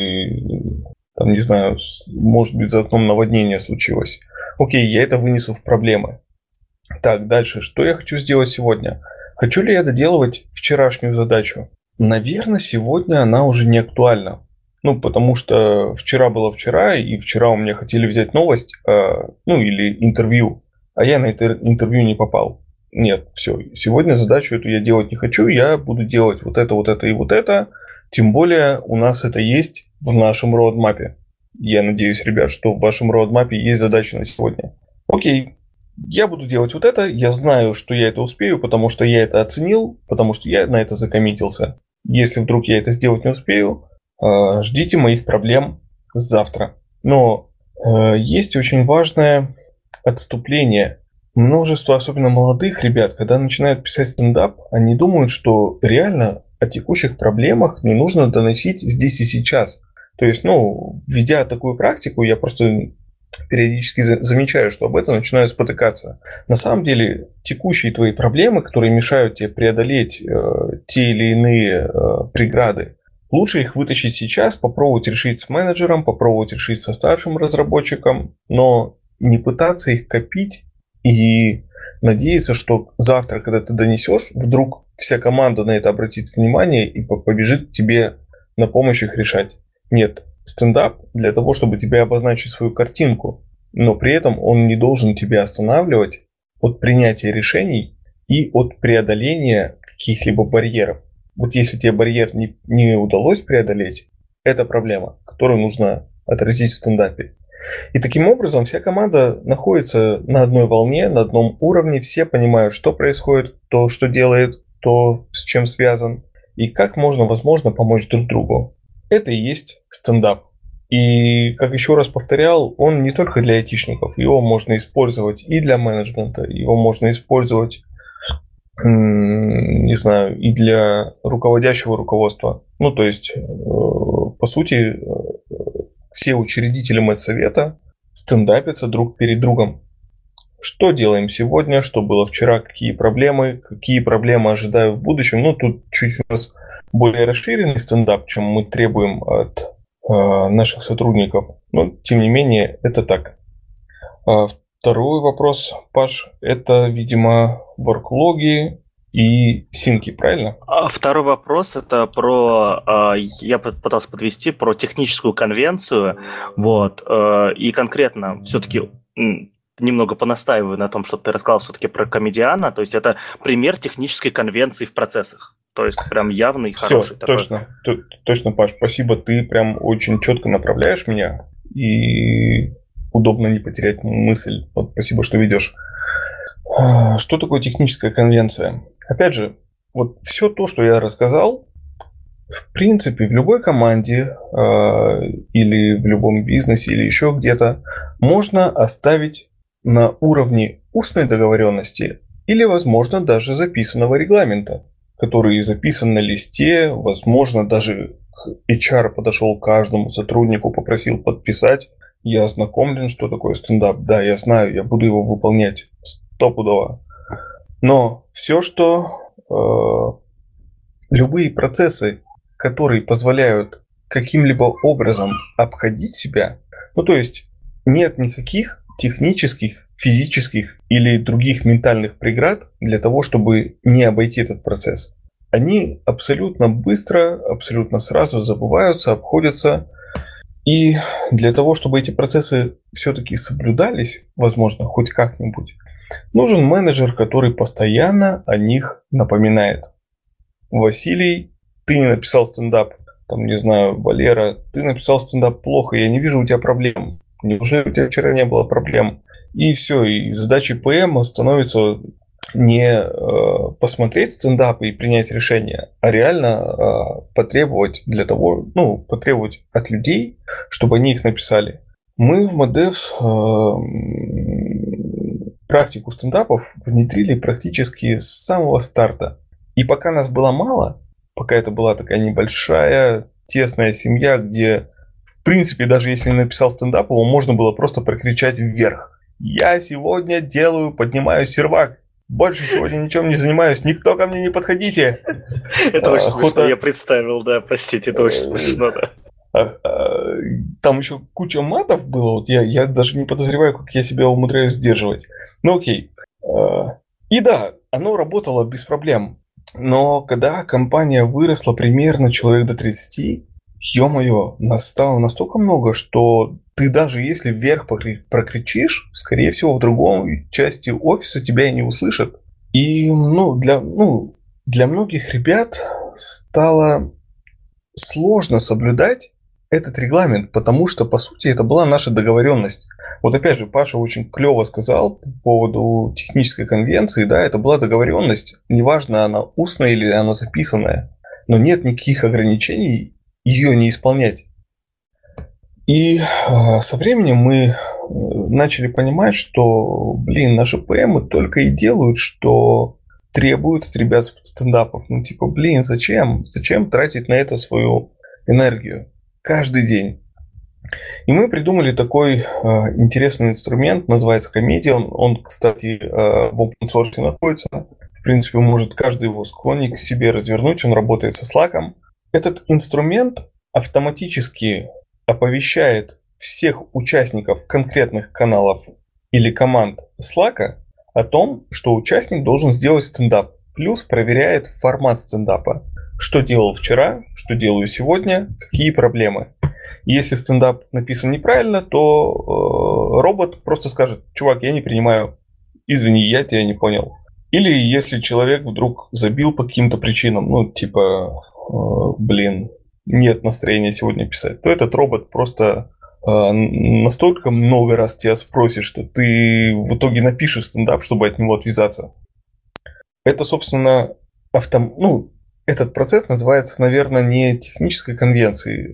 или, там, не знаю, может быть, за окном наводнение случилось. Окей, я это вынесу в проблемы. Так, дальше. Что я хочу сделать сегодня? Хочу ли я доделывать вчерашнюю задачу? Наверное, сегодня она уже не актуальна. Ну, потому что вчера было вчера, и вчера у меня хотели взять новость, э, ну, или интервью, а я на это интервью не попал. Нет, все. Сегодня задачу эту я делать не хочу, я буду делать вот это, вот это и вот это. Тем более у нас это есть в нашем роудмапе. Я надеюсь, ребят, что в вашем роудмапе есть задача на сегодня. Окей. Я буду делать вот это, я знаю, что я это успею, потому что я это оценил, потому что я на это закоммитился. Если вдруг я это сделать не успею, ждите моих проблем завтра. Но есть очень важное отступление. Множество, особенно молодых ребят, когда начинают писать стендап, они думают, что реально о текущих проблемах не нужно доносить здесь и сейчас. То есть, ну, введя такую практику, я просто периодически замечаю, что об этом начинаю спотыкаться. На самом деле, текущие твои проблемы, которые мешают тебе преодолеть э, те или иные э, преграды, лучше их вытащить сейчас, попробовать решить с менеджером, попробовать решить со старшим разработчиком, но не пытаться их копить и надеяться, что завтра, когда ты донесешь, вдруг вся команда на это обратит внимание и побежит тебе на помощь их решать. Нет. Стендап для того, чтобы тебе обозначить свою картинку, но при этом он не должен тебя останавливать от принятия решений и от преодоления каких-либо барьеров. Вот если тебе барьер не, не удалось преодолеть, это проблема, которую нужно отразить в стендапе. И таким образом вся команда находится на одной волне, на одном уровне, все понимают, что происходит, то, что делает, то, с чем связан, и как можно, возможно, помочь друг другу. Это и есть стендап. И, как еще раз повторял, он не только для айтишников. Его можно использовать и для менеджмента, его можно использовать, не знаю, и для руководящего руководства. Ну, то есть, по сути, все учредители медсовета стендапятся друг перед другом. Что делаем сегодня, что было вчера, какие проблемы, какие проблемы ожидаю в будущем. Ну, тут чуть у нас более расширенный стендап, чем мы требуем от э, наших сотрудников. Но, тем не менее, это так. А второй вопрос, Паш, это, видимо, ворклоги и синки, правильно? А второй вопрос, это про, я пытался подвести, про техническую конвенцию. Вот, и конкретно все-таки немного понастаиваю на том, что ты рассказал все-таки про комедиана, то есть это пример технической конвенции в процессах. То есть прям явный, хороший. Все, точно, т- точно, Паш, спасибо, ты прям очень четко направляешь меня, и удобно не потерять мысль. Вот спасибо, что ведешь. Что такое техническая конвенция? Опять же, вот все то, что я рассказал, в принципе, в любой команде э, или в любом бизнесе или еще где-то можно оставить на уровне устной договоренности или, возможно, даже записанного регламента, который записан на листе, возможно, даже эйч ар подошел к каждому сотруднику, попросил подписать. Я ознакомлен, что такое стендап. Да, я знаю, я буду его выполнять стопудово. Но все, что э, любые процессы, которые позволяют каким-либо образом обходить себя, ну то есть нет никаких технических, физических или других ментальных преград для того, чтобы не обойти этот процесс. Они абсолютно быстро, абсолютно сразу забываются, обходятся. И для того, чтобы эти процессы все-таки соблюдались, возможно, хоть как-нибудь, нужен менеджер, который постоянно о них напоминает. Василий, ты не написал стендап. Там, не знаю, Валера, ты написал стендап плохо, я не вижу у тебя проблем. Неужели у тебя вчера не было проблем? И все, и задачей ПМ становится не э, посмотреть стендап и принять решение, а реально э, потребовать для того, ну, потребовать от людей, чтобы они их написали. Мы в Модевс э, практику стендапов внедрили практически с самого старта. И пока нас было мало, пока это была такая небольшая, тесная семья, где, в принципе, даже если написал стендап, его можно было просто прокричать вверх. Я сегодня делаю, поднимаю сервак. Больше сегодня ничем не занимаюсь, никто ко мне не подходите. Это очень смешно, я представил, да, простите, это очень смешно, да. Там еще куча матов было, вот я, я даже не подозреваю, как я себя умудряюсь сдерживать. Ну окей. И да, оно работало без проблем. Но когда компания выросла примерно человек до тридцати, ё-моё, нас стало настолько много, что ты даже если вверх прокричишь, скорее всего, в другой части офиса тебя и не услышат. И ну, для, ну, для многих ребят стало сложно соблюдать этот регламент, потому что, по сути, это была наша договоренность. Вот опять же, Паша очень клево сказал по поводу технической конвенции, да, это была договоренность, неважно, она устная или она записанная, но нет никаких ограничений ее не исполнять. И э, со временем мы начали понимать, что, блин, наши ПМы только и делают, что требуют от ребят стендапов. Ну, типа, блин, зачем? Зачем тратить на это свою энергию? Каждый день. И мы придумали такой э, интересный инструмент, называется Comedian. Он, кстати, э, в open source находится. В принципе, может каждый его склонник себе развернуть. Он работает со Slack. Этот инструмент автоматически оповещает всех участников конкретных каналов или команд Slack о том, что участник должен сделать стендап. Плюс проверяет формат стендапа. Что делал вчера, что делаю сегодня, какие проблемы. И если стендап написан неправильно, то э, робот просто скажет: чувак, я не принимаю, извини, я тебя не понял. Или если человек вдруг забил по каким-то причинам, ну типа, э, блин, нет настроения сегодня писать, то этот робот просто э, настолько много раз тебя спросит, что ты в итоге напишешь стендап, чтобы от него отвязаться. Это, собственно, автом... ну, этот процесс называется, наверное, не технической конвенцией.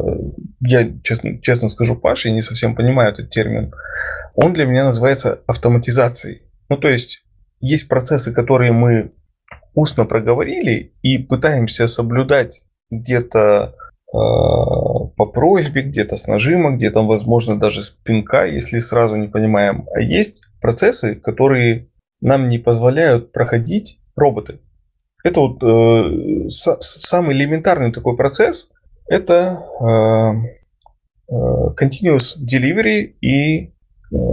Я, честно, честно скажу, Паша, я не совсем понимаю этот термин. Он для меня называется автоматизацией. Ну, то есть, есть процессы, которые мы устно проговорили и пытаемся соблюдать где-то э, по просьбе, где-то с нажима, где-то, возможно, даже с пинка, если сразу не понимаем. А есть процессы, которые нам не позволяют проходить роботы. Это вот э, с, самый элементарный такой процесс. Это э, э, Continuous Delivery и э,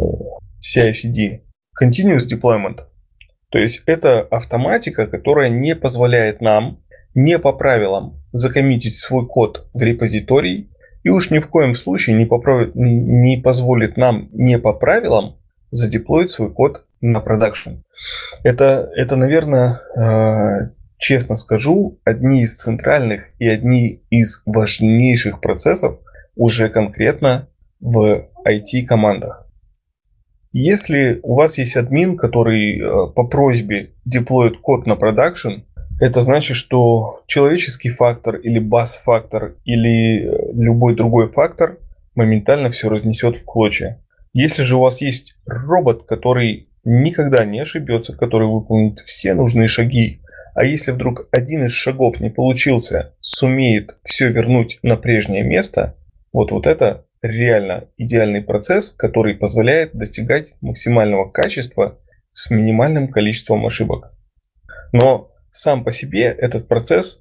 си ай си ди. Continuous Deployment. То есть это автоматика, которая не позволяет нам не по правилам закоммитить свой код в репозиторий и уж ни в коем случае не, поправит, не, не позволит нам не по правилам задеплоить свой код на продакшн. Это, это, наверное, честно скажу, одни из центральных и одни из важнейших процессов уже конкретно в ай ти-командах. Если у вас есть админ, который по просьбе деплоит код на продакшн, это значит, что человеческий фактор или бас-фактор или любой другой фактор моментально все разнесет в клочья. Если же у вас есть робот, который никогда не ошибется, который выполнит все нужные шаги, а если вдруг один из шагов не получился, сумеет все вернуть на прежнее место, вот, вот это реально идеальный процесс, который позволяет достигать максимального качества с минимальным количеством ошибок. Но сам по себе этот процесс,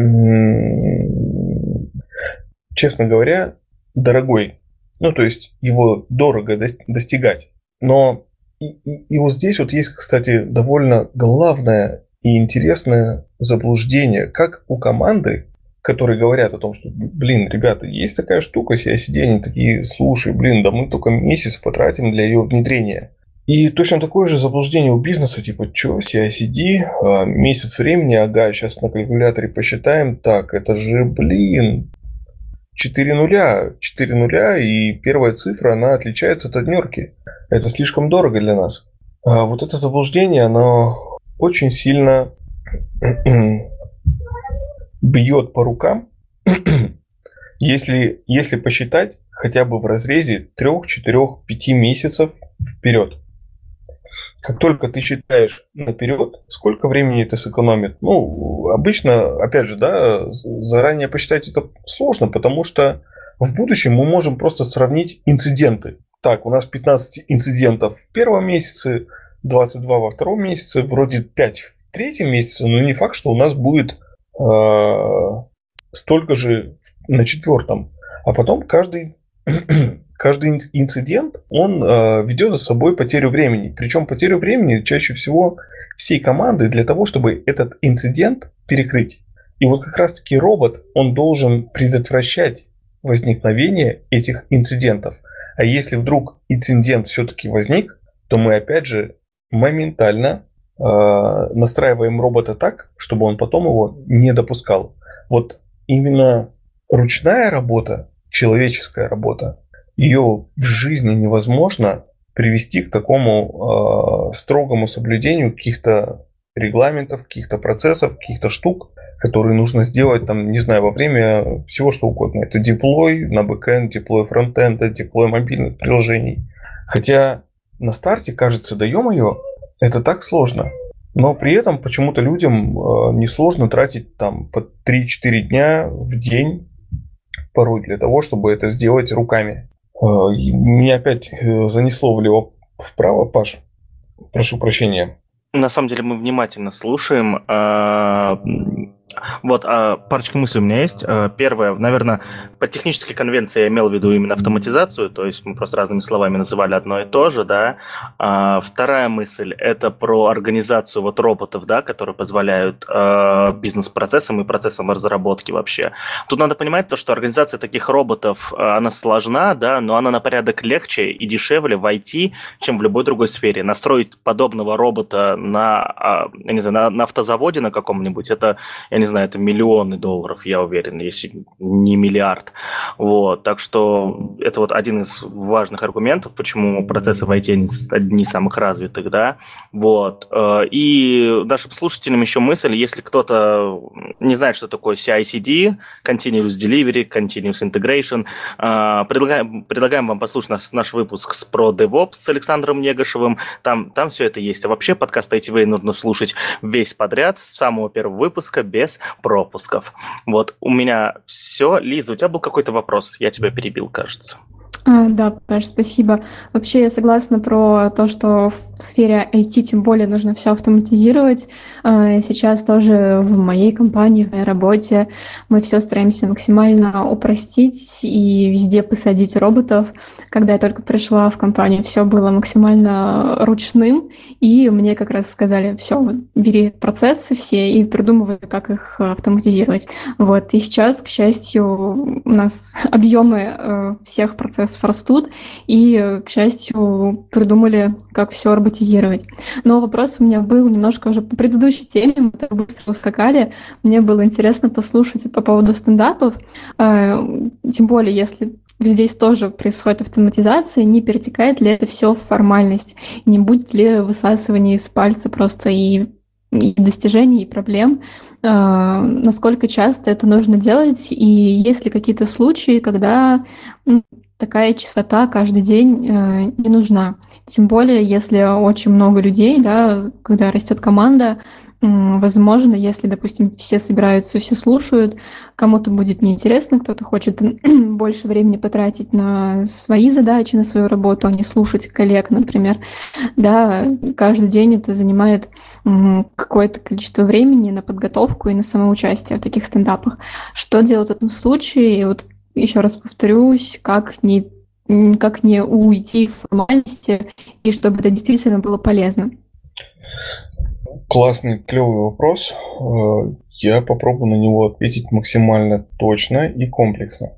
честно говоря, дорогой. Ну, то есть его дорого достигать. Но и, и, и вот здесь вот есть, кстати, довольно главное и интересное заблуждение, как у команды, которые говорят о том, что, блин, ребята, есть такая штука, си ай си ди, они такие, слушай, блин, да мы только месяц потратим для ее внедрения. И точно такое же заблуждение у бизнеса, типа, что, си ай си ди, месяц времени, ага, сейчас на калькуляторе посчитаем, так, это же, блин, четыре нуля, четыре нуля, и первая цифра, она отличается от однерки. Это слишком дорого для нас. А вот это заблуждение, оно очень сильно бьет по рукам, если, если посчитать хотя бы в разрезе три, четыре, пять месяцев вперед. Как только ты считаешь наперед, сколько времени это сэкономит? Ну, обычно, опять же, да, заранее посчитать это сложно, потому что в будущем мы можем просто сравнить инциденты. Так, у нас пятнадцать инцидентов в первом месяце, двадцать два во втором месяце, вроде пять в третьем месяце, но не факт, что у нас будет э, столько же на четвертом. А потом каждый... Каждый инцидент, он э, ведет за собой потерю времени. Причем потерю времени чаще всего всей команды для того, чтобы этот инцидент перекрыть. И вот как раз-таки робот, он должен предотвращать возникновение этих инцидентов. А если вдруг инцидент все-таки возник, то мы опять же моментально э, настраиваем робота так, чтобы он потом его не допускал. Вот именно ручная работа, человеческая работа, ее в жизни невозможно привести к такому э, строгому соблюдению каких-то регламентов, каких-то процессов, каких-то штук, которые нужно сделать, там, не знаю, во время всего что угодно. Это деплой на бэкэнд, деплой фронтенда, деплой мобильных приложений. Хотя на старте кажется, да ё-моё, это так сложно. Но при этом почему-то людям э, несложно тратить там по три-четыре дня в день порой для того, чтобы это сделать руками. Меня опять занесло влево вправо, Паш. Прошу прощения. На самом деле мы внимательно слушаем. Вот, парочка мыслей у меня есть. Первое, наверное, по технической конвенции я имел в виду именно автоматизацию, то есть мы просто разными словами называли одно и то же, да. Вторая мысль – это про организацию вот роботов, да, которые позволяют бизнес-процессам и процессам разработки вообще. Тут надо понимать то, что организация таких роботов, она сложна, да, но она на порядок легче и дешевле в ай ти, чем в любой другой сфере. Настроить подобного робота на, я не знаю, на, на автозаводе на каком-нибудь, это, я не знаю, это миллионы долларов, я уверен, если не миллиард. Вот, так что это вот один из важных аргументов, почему процессы в ай ти одни из самых развитых, да. Вот. И нашим слушателям еще мысль, если кто-то не знает, что такое си ай си ди, Continuous Delivery, Continuous Integration, предлагаем, предлагаем вам послушать наш, наш выпуск с про DevOps с Александром Негашевым, там, там все это есть. А вообще подкаст ай ти Way нужно слушать весь подряд, с самого первого выпуска, без пропусков. Вот, у меня все. Лиза, у тебя был какой-то вопрос? Я тебя перебил, кажется. А, да, Паш, спасибо. Вообще я согласна про то, что в сфере ай ти тем более нужно все автоматизировать. Сейчас тоже в моей компании, в моей работе мы все стараемся максимально упростить и везде посадить роботов. Когда я только пришла в компанию, все было максимально ручным, и мне как раз сказали: все, вот, бери процессы все и придумывай, как их автоматизировать. Вот. И сейчас, к счастью, у нас объемы всех процессов распростут, и, к счастью, придумали, как все роботизировать. Но вопрос у меня был немножко уже по предыдущей теме, мы так быстро ускакали. Мне было интересно послушать по поводу стендапов, тем более, если здесь тоже происходит автоматизация, не перетекает ли это все в формальность, не будет ли высасывание из пальца просто и, и достижений, и проблем, э, насколько часто это нужно делать, и есть ли какие-то случаи, когда ну, такая частота каждый день э, не нужна. Тем более, если очень много людей, да, когда растет команда, возможно, если, допустим, все собираются, все слушают, кому-то будет неинтересно, кто-то хочет больше времени потратить на свои задачи, на свою работу, а не слушать коллег, например. Да, каждый день это занимает какое-то количество времени на подготовку и на самоучастие в таких стендапах. Что делать в этом случае? И вот еще раз повторюсь, как не, как не уйти в формальности, и чтобы это действительно было полезно. Классный, клевый вопрос. Я попробую на него ответить максимально точно и комплексно.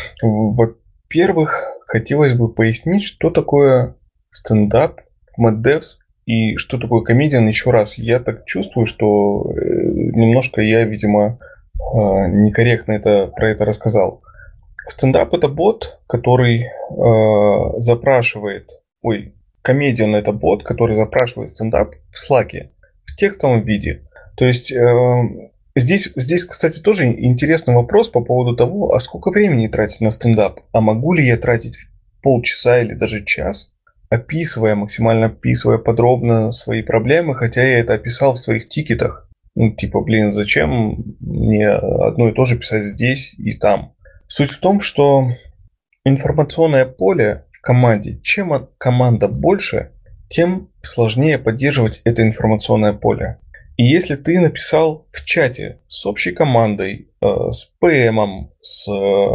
Во-первых, хотелось бы пояснить, что такое стендап в MadDevs и что такое комедиан еще раз. Я так чувствую, что немножко я, видимо, некорректно это, про это рассказал. Стендап — это бот, который э, запрашивает... Ой, комедиан — это бот, который запрашивает стендап в Slack в текстовом виде. То есть э, здесь, здесь, кстати, тоже интересный вопрос по поводу того, а сколько времени тратить на стендап? А могу ли я тратить полчаса или даже час, описывая, максимально описывая подробно свои проблемы, хотя я это описал в своих тикетах? Ну, типа, блин, зачем мне одно и то же писать здесь и там? Суть в том, что информационное поле в команде, чем команда больше, тем сложнее поддерживать это информационное поле. И если ты написал в чате с общей командой, э, с пи эм, с,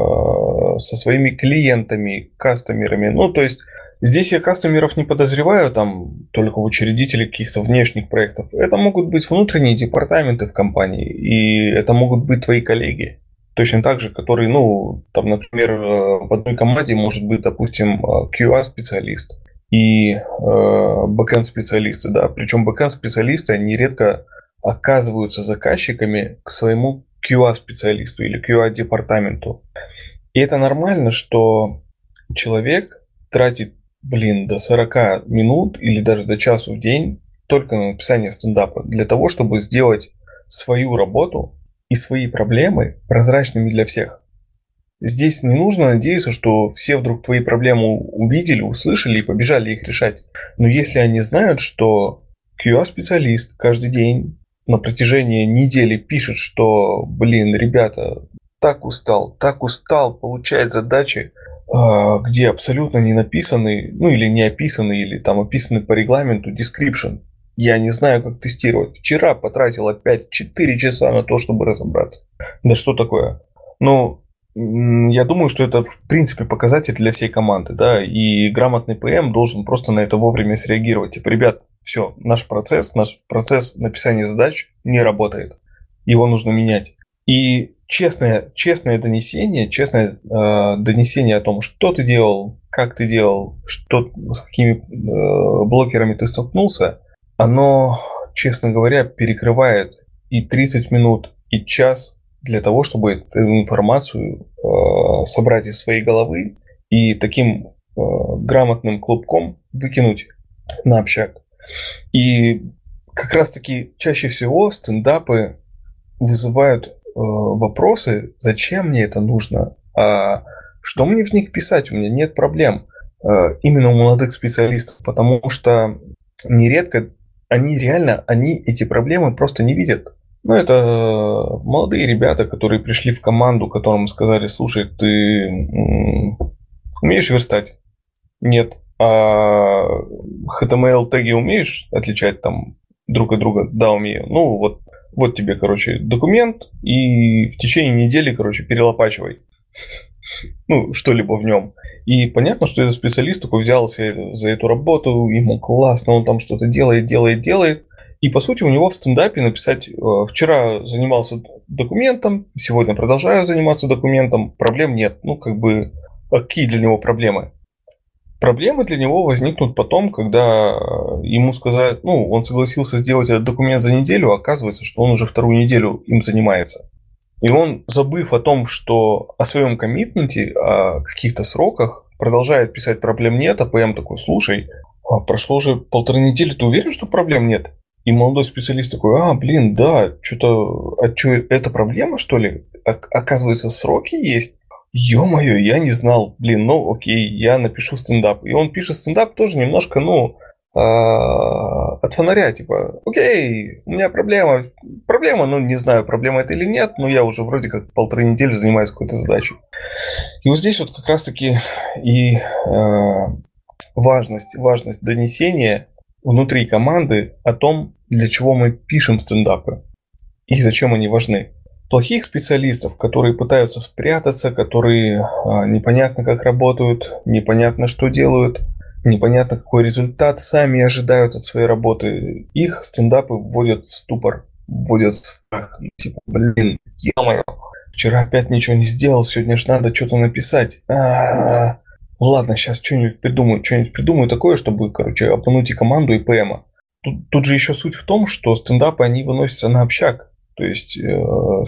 э, со своими клиентами, кастомерами, ну, то есть здесь я кастомеров не подозреваю, там, только учредители каких-то внешних проектов. Это могут быть внутренние департаменты в компании, и это могут быть твои коллеги. Точно так же, который, ну, там, например, в одной команде может быть, допустим, кью эй-специалист и э, бэкэнд-специалисты, да. Причем бэкэнд-специалисты, они редко оказываются заказчиками к своему кью эй-специалисту или кью эй-департаменту. И это нормально, что человек тратит, блин, до сорок минут или даже до часу в день только на написание стендапа для того, чтобы сделать свою работу и свои проблемы прозрачными для всех. Здесь не нужно надеяться, что все вдруг твои проблемы увидели, услышали и побежали их решать. Но если они знают, что кью эй-специалист каждый день на протяжении недели пишет, что, блин, ребята, так устал, так устал, получает задачи, где абсолютно не написаны, ну или не описаны, или там описаны по регламенту, description. Я не знаю, как тестировать. Вчера потратил опять четыре часа на то, чтобы разобраться. Да что такое? Ну, я думаю, что это, в принципе, показатель для всей команды, да, и грамотный пи эм должен просто на это вовремя среагировать. Типа, ребят, все, наш процесс, наш процесс написания задач не работает. Его нужно менять. И честное, честное донесение, честное э, донесение о том, что ты делал, как ты делал, что, с какими э, блокерами ты столкнулся, оно, честно говоря, перекрывает и тридцать минут, и час для того, чтобы эту информацию э, собрать из своей головы и таким э, грамотным клубком выкинуть на общак. И как раз-таки чаще всего стендапы вызывают э, вопросы, зачем мне это нужно, а что мне в них писать, у меня нет проблем. Э, именно у молодых специалистов, потому что нередко они реально, они эти проблемы просто не видят. Ну, это молодые ребята, которые пришли в команду, которым сказали: слушай, ты м- умеешь верстать? Нет. А эйч ти эм эл-теги умеешь отличать там друг от друга? Да, умею. Ну, вот, вот тебе, короче, документ, и в течение недели, короче, перелопачивай. Ну, что-либо в нем. И понятно, что этот специалист такой взялся за эту работу, ему классно, он там что-то делает, делает, делает. И, по сути, у него в стендапе написать: вчера занимался документом, сегодня продолжаю заниматься документом, проблем нет. Ну, как бы, какие для него проблемы? Проблемы для него возникнут потом, когда ему сказать, ну, он согласился сделать этот документ за неделю, а оказывается, что он уже вторую неделю им занимается. И он, забыв о том, что о своем коммитменте, о каких-то сроках, продолжает писать «проблем нет», а ПМ такой: слушай, прошло уже полторы недели, ты уверен, что проблем нет? И молодой специалист такой: а, блин, да, что-то, а что, это проблема, что ли? Оказывается, сроки есть? Ё-моё, я не знал. Блин, ну окей, я напишу стендап. И он пишет стендап тоже немножко, ну, от фонаря, типа: окей, у меня проблема. Проблема, ну, не знаю, проблема это или нет, но я уже вроде как полторы недели занимаюсь какой-то задачей. И вот здесь вот как раз-таки и э, важность, важность донесения внутри команды о том, для чего мы пишем стендапы и зачем они важны. Плохих специалистов, которые пытаются спрятаться, которые а, непонятно как работают, непонятно что делают, непонятно какой результат сами ожидают от своей работы, их стендапы вводят в ступор, вводят в страх. Типа, блин, ё-моё, вчера опять ничего не сделал, сегодня ж надо что-то написать. А-а-а. Ладно, сейчас что-нибудь придумаю, что-нибудь придумаю такое, чтобы, короче, обмануть и команду, и ПМа. Тут, тут же еще суть в том, что стендапы, они выносятся на общак. То есть, э,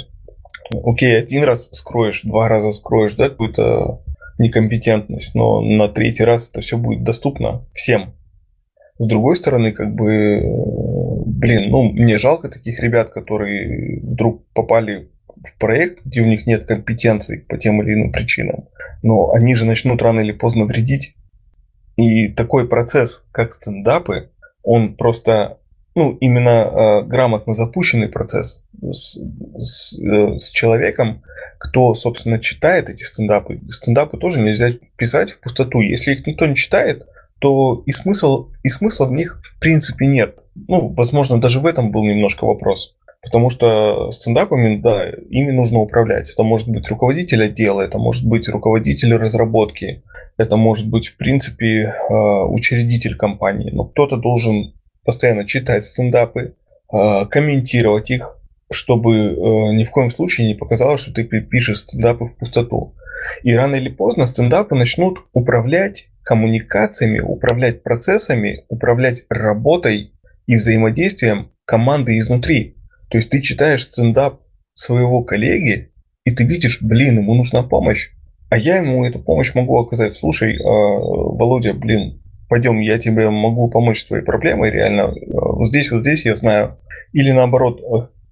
окей, один раз скроешь, два раза скроешь, да, какую-то некомпетентность, но на третий раз это все будет доступно всем. С другой стороны, как бы, блин, ну, мне жалко таких ребят, которые вдруг попали в проект, где у них нет компетенций по тем или иным причинам, но они же начнут рано или поздно вредить. И такой процесс, как стендапы, он просто, ну, именно э, грамотно запущенный процесс с, с, э, с человеком, кто, собственно, читает эти стендапы. Стендапы тоже нельзя писать в пустоту. Если их никто не читает, то и, смысл, и смысла в них в принципе нет. Ну, возможно, даже в этом был немножко вопрос. Потому что стендапами, да, ими нужно управлять. Это может быть руководитель отдела, это может быть руководитель разработки, это может быть, в принципе, учредитель компании. Но кто-то должен постоянно читать стендапы, комментировать их, чтобы ни в коем случае не показалось, что ты пишешь стендапы в пустоту. И рано или поздно стендапы начнут управлять коммуникациями, управлять процессами, управлять работой и взаимодействием команды изнутри. То есть ты читаешь стендап своего коллеги, и ты видишь, блин, ему нужна помощь. А я ему эту помощь могу оказать. Слушай, Володя, блин, пойдем, я тебе могу помочь с твоей проблемой, реально. Вот здесь, вот здесь я знаю. Или наоборот,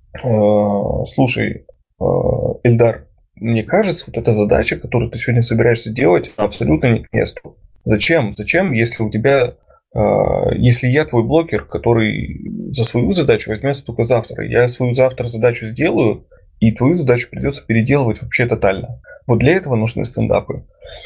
слушай, Эльдар, мне кажется, вот эта задача, которую ты сегодня собираешься делать, абсолютно не к месту. Зачем? Зачем, если у тебя... Если я твой блогер, который за свою задачу возьмется только завтра, я свою завтра задачу сделаю, и твою задачу придется переделывать вообще тотально. Вот для этого нужны стендапы.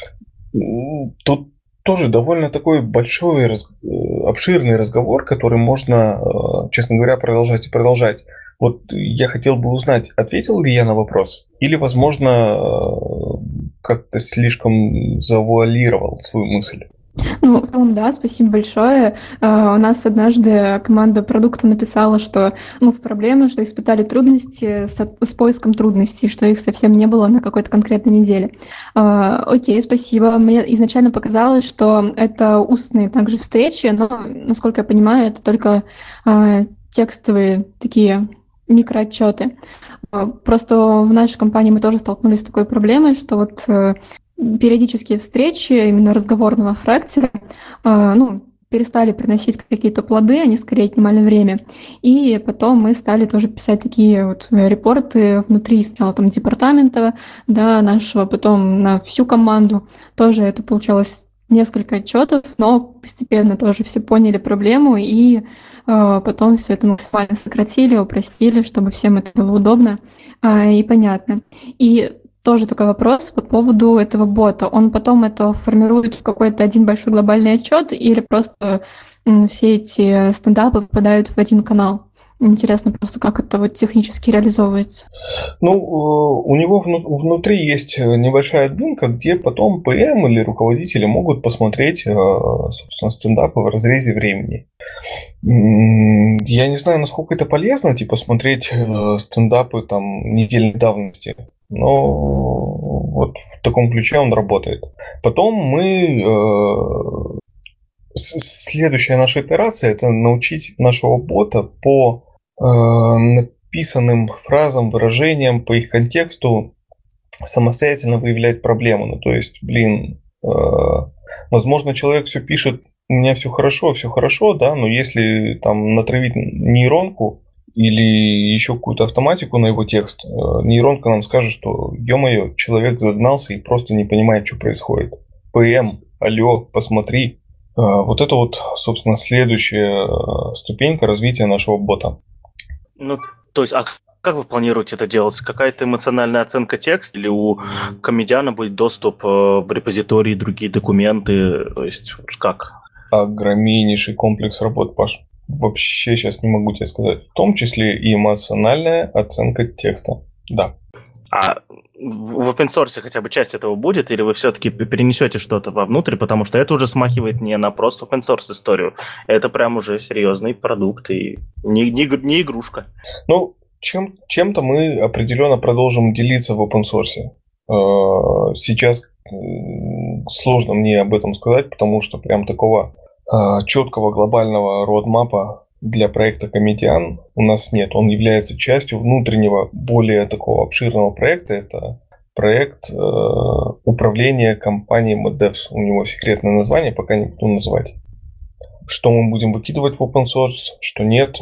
Тут тоже довольно такой большой, обширный разговор, который можно, честно говоря, продолжать и продолжать. Вот я хотел бы узнать, ответил ли я на вопрос, или, возможно, как-то слишком завуалировал свою мысль. Ну, в целом, да, спасибо большое. Uh, у нас однажды команда продукта написала, что, ну, в проблемы, что испытали трудности с, с поиском трудностей, что их совсем не было на какой-то конкретной неделе. Uh, окей, спасибо. Мне изначально показалось, что это устные также встречи, но, насколько я понимаю, это только uh, текстовые такие микроотчеты. Uh, просто в нашей компании мы тоже столкнулись с такой проблемой, что вот... Uh, периодические встречи именно разговорного характера, э, ну, перестали приносить какие-то плоды, они скорее отнимали время. И потом мы стали тоже писать такие вот репорты внутри сначала там департамента, да, нашего, потом на всю команду. Тоже это получалось несколько отчетов, но постепенно тоже все поняли проблему и э, потом все это максимально сократили, упростили, чтобы всем это было удобно э, и понятно. И тоже такой вопрос по поводу этого бота. Он потом это формирует в какой-то один большой глобальный отчет или просто м, все эти стендапы попадают в один канал? Интересно просто, как это вот технически реализовывается. Ну, у него внутри есть небольшая админка, где потом ПМ или руководители могут посмотреть, собственно, стендапы в разрезе времени. Я не знаю, насколько это полезно, типа, смотреть стендапы там недельной давности. Но вот в таком ключе он работает. Потом мы... Э, следующая наша итерация – это научить нашего бота по э, написанным фразам, выражениям, по их контексту самостоятельно выявлять проблему. Ну, то есть, блин, э, возможно, человек все пишет, у меня все хорошо, все хорошо, да, но если там натравить нейронку или еще какую-то автоматику на его текст, нейронка нам скажет, что, ё-моё, человек загнался и просто не понимает, что происходит. ПМ, алло, посмотри. Вот это вот, собственно, следующая ступенька развития нашего бота. Ну, то есть, а как вы планируете это делать? Какая-то эмоциональная оценка текста или у комедиана будет доступ в репозитории, другие документы? То есть, как? Огромнейший комплекс работ, Паш. Вообще сейчас не могу тебе сказать. В том числе и эмоциональная оценка текста. Да. А в open source хотя бы часть этого будет, или вы все-таки перенесете что-то вовнутрь, потому что это уже смахивает не на просто open source историю. Это прям уже серьезный продукт и не, не, не игрушка. Ну, чем, чем-то мы определенно продолжим делиться в open source. Сейчас сложно мне об этом сказать, потому что прям такого четкого глобального роудмапа для проекта Комедиан у нас нет. Он является частью внутреннего, более такого обширного проекта. Это проект э, управления компанией ModDevs. У него секретное название, пока не буду называть. Что мы будем выкидывать в open source, что нет,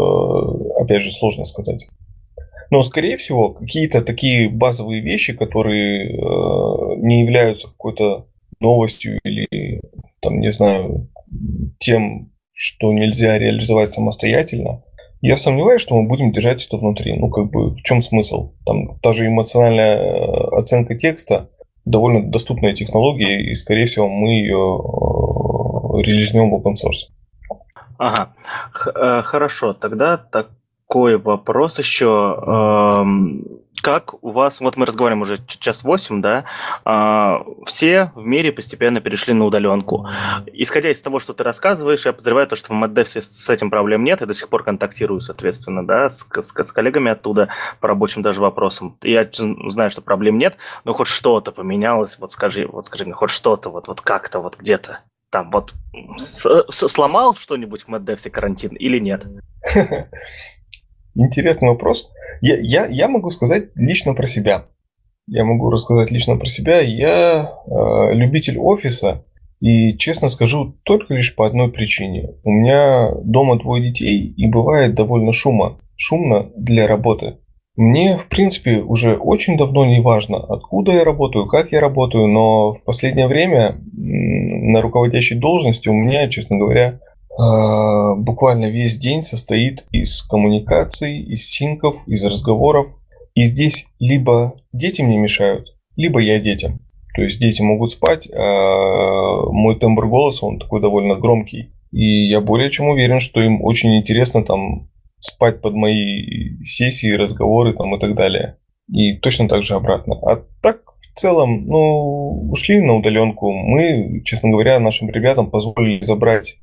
э, опять же, сложно сказать. Но, скорее всего, какие-то такие базовые вещи, которые э, не являются какой-то новостью или, там, не знаю, тем, что нельзя реализовать самостоятельно, я сомневаюсь, что мы будем держать это внутри. Ну, как бы, в чем смысл? Там та же эмоциональная оценка текста довольно доступная технология, и, скорее всего, мы ее релизнем в open source. Ага, Х- хорошо, тогда такой вопрос еще. Эм, Как у вас, вот мы разговариваем уже час восемь, да, а, все в мире постепенно перешли на удаленку. Исходя из того, что ты рассказываешь, я подозреваю, то, что в ModDevs с этим проблем нет, я до сих пор контактирую, соответственно, да, с, с, с коллегами оттуда по рабочим даже вопросам. Я знаю, что проблем нет, но хоть что-то поменялось, вот скажи, вот скажи мне, хоть что-то, вот, вот как-то, вот где-то там вот с, с, сломал что-нибудь в ModDevs карантин или нет? Интересный вопрос. Я, я, я могу сказать лично про себя. Я могу рассказать лично про себя. Я э, любитель офиса. И, честно скажу, только лишь по одной причине. У меня дома двое детей, и бывает довольно шумно. Шумно для работы. Мне, в принципе, уже очень давно не важно, откуда я работаю, как я работаю. Но в последнее время на руководящей должности у меня, честно говоря, буквально весь день состоит из коммуникаций, из синков, из разговоров. И здесь либо дети мне мешают, либо я детям. То есть дети могут спать, а мой тембр голоса, он такой довольно громкий. И я более чем уверен, что им очень интересно там спать под мои сессии, разговоры там и так далее. И точно так же обратно. А так, в целом, ну, ушли на удаленку. Мы, честно говоря, нашим ребятам позволили забрать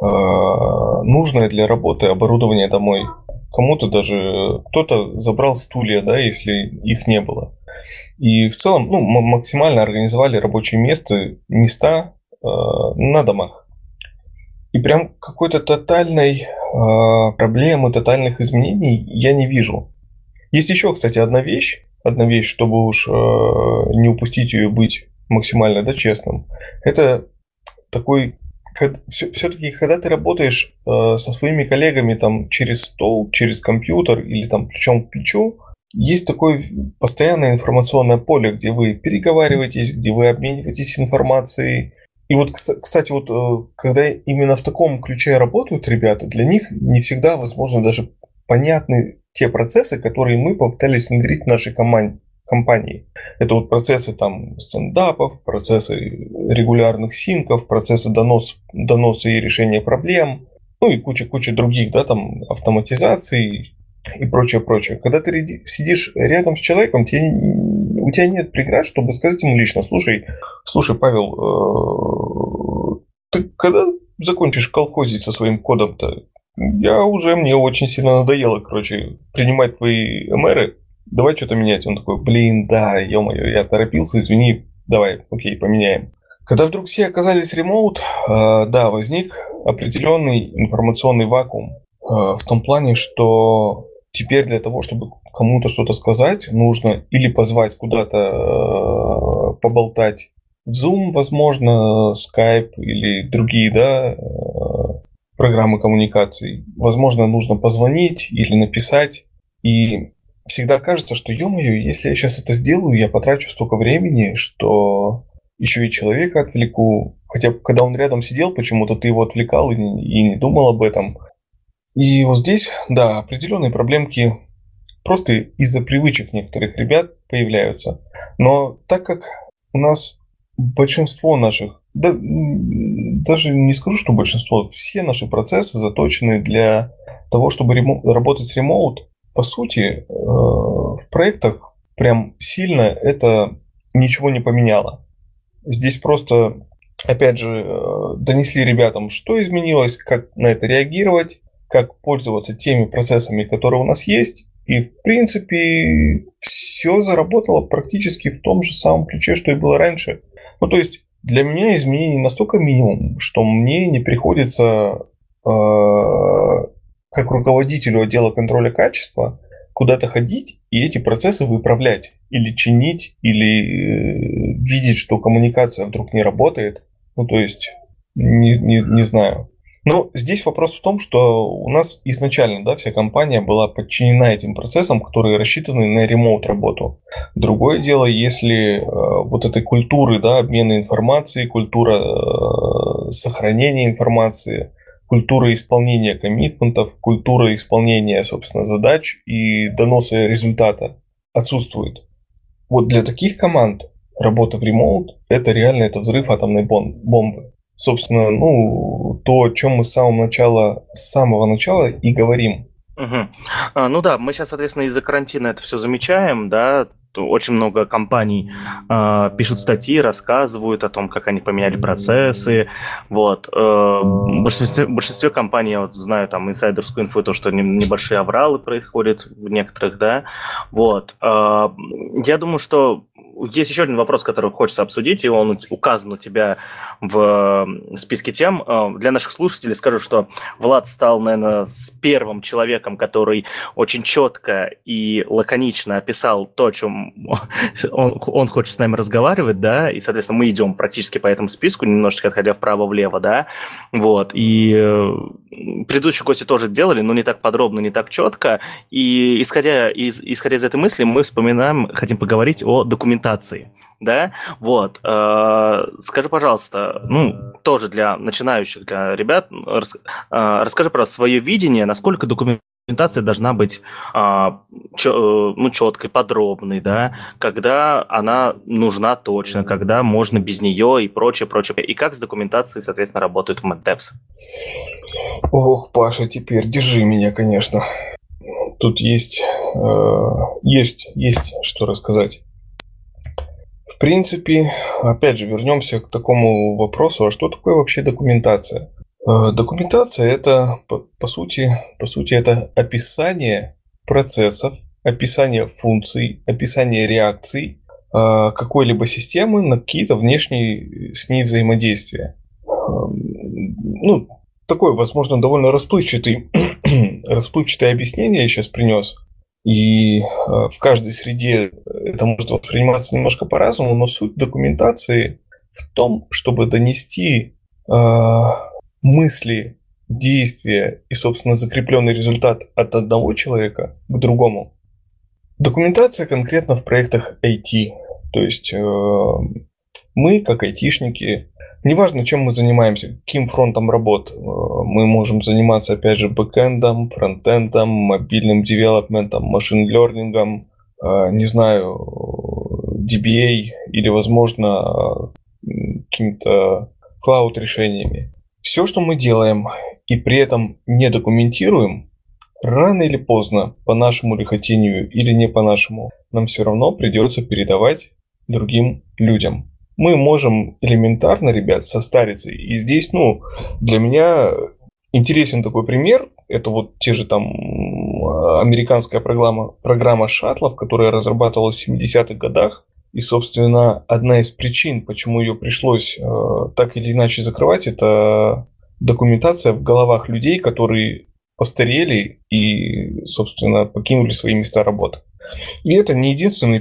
нужное для работы оборудование домой. Кому-то даже кто-то забрал стулья, да, если их не было. И в целом, ну, мы максимально организовали рабочие места, места э, на домах. И прям какой-то тотальной э, проблемы, тотальных изменений я не вижу. Есть еще, кстати, одна вещь, одна вещь, чтобы уж э, не упустить ее и быть максимально, да, честным. Это такой все-таки, когда ты работаешь э, со своими коллегами там, через стол, через компьютер или там плечом к плечу, есть такое постоянное информационное поле, где вы переговариваетесь, где вы обмениваетесь информацией. И вот, кстати, вот э, когда именно в таком ключе работают ребята, для них не всегда, возможно, даже понятны те процессы, которые мы попытались внедрить в нашей команде. компании. Это вот процессы там стендапов, процессы регулярных синков, процессы донос, доноса и решения проблем, ну и куча-куча других, да, там автоматизаций и прочее, прочее. Когда ты сидишь рядом с человеком, тебе, у тебя нет преград, чтобы сказать ему лично: слушай, слушай, Павел, ты когда закончишь колхозить со своим кодом-то? Я уже, мне очень сильно надоело, короче, принимать твои эмэры. давай что-то менять. Он такой, блин, да, ё-моё, я торопился, извини, давай, окей, поменяем. Когда вдруг все оказались ремоут, э, да, возник определенный информационный вакуум э, в том плане, что теперь для того, чтобы кому-то что-то сказать, нужно или позвать куда-то э, поболтать в Zoom, возможно, Skype или другие, да, э, программы коммуникаций. Возможно, нужно позвонить или написать. И всегда кажется, что, ё-моё, если я сейчас это сделаю, я потрачу столько времени, что еще и человека отвлеку. Хотя, когда он рядом сидел, почему-то ты его отвлекал и не, и не думал об этом. И вот здесь, да, определенные проблемки просто из-за привычек некоторых ребят появляются. Но так как у нас большинство наших, да, даже не скажу, что большинство, все наши процессы заточены для того, чтобы ремо- работать ремоут, по сути, э- в проектах прям сильно это ничего не поменяло. Здесь просто, опять же, донесли ребятам, что изменилось, как на это реагировать, как пользоваться теми процессами, которые у нас есть. И, в принципе, все заработало практически в том же самом ключе, что и было раньше. Ну, то есть, для меня изменений настолько минимум, что мне не приходится, э, как руководителю отдела контроля качества, куда-то ходить и эти процессы выправлять, или чинить, или э, видеть, что коммуникация вдруг не работает. Ну, то есть, не, не, не знаю. Но здесь вопрос в том, что у нас изначально, да, вся компания была подчинена этим процессам, которые рассчитаны на ремоут-работу. Другое дело, если э, вот этой культуры, да, обмена информацией, культура э, сохранения информации, культура исполнения коммитментов, культура исполнения, собственно, задач и доноса результата отсутствует. Вот для таких команд работа в ремоут – это реально это взрыв атомной бомбы. Собственно, ну, то, о чем мы с самого начала, с самого начала и говорим. Угу. А, ну да, мы сейчас, соответственно, из-за карантина это все замечаем, да, очень много компаний э, пишут статьи, рассказывают о том, как они поменяли процессы, вот. Э, в большинстве, большинстве компаний, я вот знаю там инсайдерскую инфу, то, что небольшие авралы происходят в некоторых, да, вот. Э, я думаю, что есть еще один вопрос, который хочется обсудить, и он указан у тебя в списке тем. Для наших слушателей скажу, что Влад стал, наверное, с первым человеком, который очень четко и лаконично описал то, о чем он, он хочет с нами разговаривать, да, и, соответственно, мы идем практически по этому списку, немножечко отходя вправо-влево, да, вот, и предыдущие гости тоже делали, но не так подробно, не так четко, и исходя из, исходя из этой мысли, мы вспоминаем, хотим поговорить о документации, да, вот, скажи, пожалуйста, ну, тоже для начинающих, для ребят, расскажи, пожалуйста, свое видение, насколько документация должна быть ну, четкой, подробной, да, когда она нужна точно, когда можно без нее и прочее, прочее, и как с документацией, соответственно, работают в MedDevs. Ох, Паша, теперь держи меня, конечно. Тут есть, есть, есть что рассказать. В принципе, опять же, вернемся к такому вопросу, а что такое вообще документация? Документация – это, по, по сути, по сути, это описание процессов, описание функций, описание реакций какой-либо системы на какие-то внешние с ней взаимодействия. Ну, такое, возможно, довольно расплывчатый, расплывчатое объяснение я сейчас принес. И в каждой среде это может восприниматься немножко по-разному, но суть документации в том, чтобы донести э, мысли, действия и, собственно, закрепленный результат от одного человека к другому. Документация конкретно в проектах ай ти. То есть э, мы, как айтишники, неважно, чем мы занимаемся, каким фронтом работ, мы можем заниматься, опять же, бэкэндом, фронтендом, мобильным девелопментом, машин-лернингом, не знаю, ди би эй или, возможно, какими-то клауд-решениями. Все, что мы делаем и при этом не документируем, рано или поздно, по нашему ли хотению или не по нашему, нам все равно придется передавать другим людям. Мы можем элементарно, ребят, состариться. И здесь, ну, для меня интересен такой пример. Это вот те же там американская программа, программа шаттлов, которая разрабатывалась в семидесятых годах. И, собственно, одна из причин, почему ее пришлось э, так или иначе закрывать, это документация в головах людей, которые постарели и, собственно, покинули свои места работы. И это не единственный,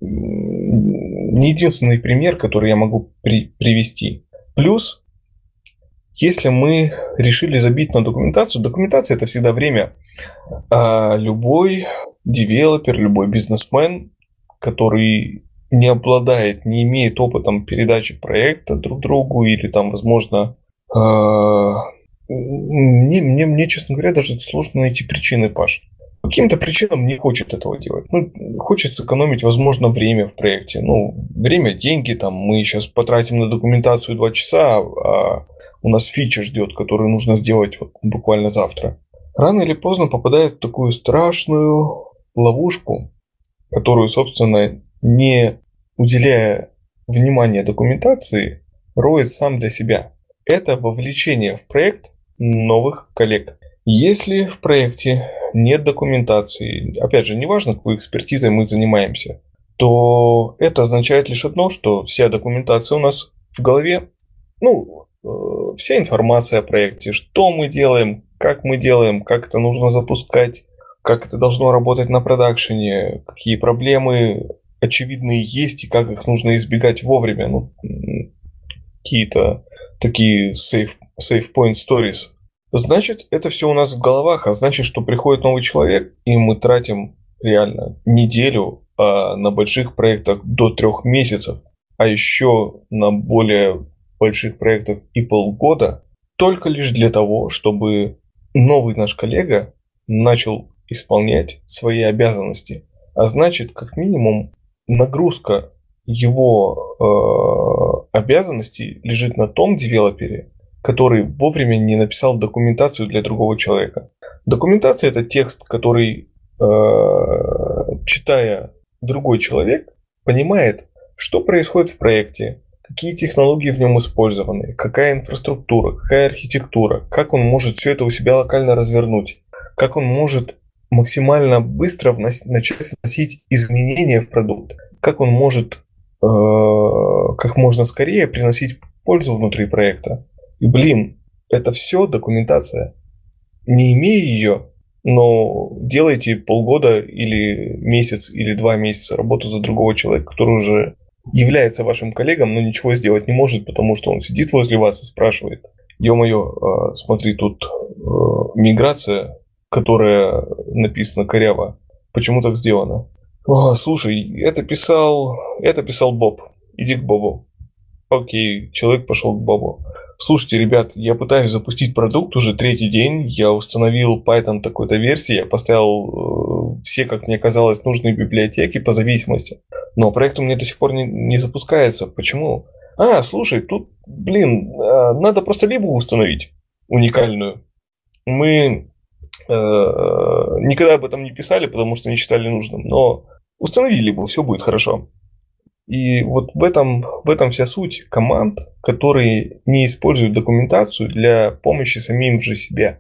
не единственный пример, который я могу при, привести. Плюс, если мы решили забить на документацию, документация – это всегда время. А любой девелопер, любой бизнесмен, который не обладает, не имеет опытом передачи проекта друг другу или там, возможно, э, мне, мне, мне, честно говоря, даже сложно найти причины, Паш. По каким-то причинам не хочет этого делать. Ну, хочет сэкономить, возможно, время в проекте. Ну, время, деньги, там, мы сейчас потратим на документацию два часа, а у нас фича ждет, которую нужно сделать вот буквально завтра. Рано или поздно попадает в такую страшную ловушку, которую, собственно, не уделяя внимания документации, роет сам для себя. Это вовлечение в проект новых коллег. Если в проекте нет документации, опять же, неважно, какой экспертизой мы занимаемся, то это означает лишь одно, что вся документация у нас в голове, ну, вся информация о проекте, что мы делаем, как мы делаем, как это нужно запускать, как это должно работать на продакшене, какие проблемы очевидные есть и как их нужно избегать вовремя. Ну, какие-то такие save, save point stories. Значит, это все у нас в головах, а значит, что приходит новый человек, и мы тратим реально неделю, а на больших проектах до трех месяцев, а еще на более больших проектах и полгода, только лишь для того, чтобы новый наш коллега начал исполнять свои обязанности. А значит, как минимум, нагрузка его э, обязанностей лежит на том девелопере, который вовремя не написал документацию для другого человека. Документация – это текст, который, э, читая другой человек, понимает, что происходит в проекте, какие технологии в нем использованы, какая инфраструктура, какая архитектура, как он может все это у себя локально развернуть, как он может максимально быстро вносить, начать вносить изменения в продукт, как он может э, как можно скорее приносить пользу внутри проекта. И, блин, это все документация. Не имея ее, но делайте полгода или месяц, или два месяца работу за другого человека, который уже является вашим коллегом, но ничего сделать не может, потому что он сидит возле вас и спрашивает: ё-моё, смотри, тут миграция, которая написана коряво, почему так сделано? О, слушай, это писал, это писал Боб, иди к Бобу. Окей, человек пошел к Бобу. Слушайте, ребят, я пытаюсь запустить продукт уже третий день, я установил Python такой-то версии, я поставил э, все, как мне казалось, нужные библиотеки по зависимости, но проект у меня до сих пор не, не запускается. Почему? А, слушай, тут, блин, э, надо просто либо установить уникальную. Мы э, никогда об этом не писали, потому что не считали нужным, но установи либо, все будет хорошо. И вот в этом, в этом вся суть команд, которые не используют документацию для помощи самим же себе.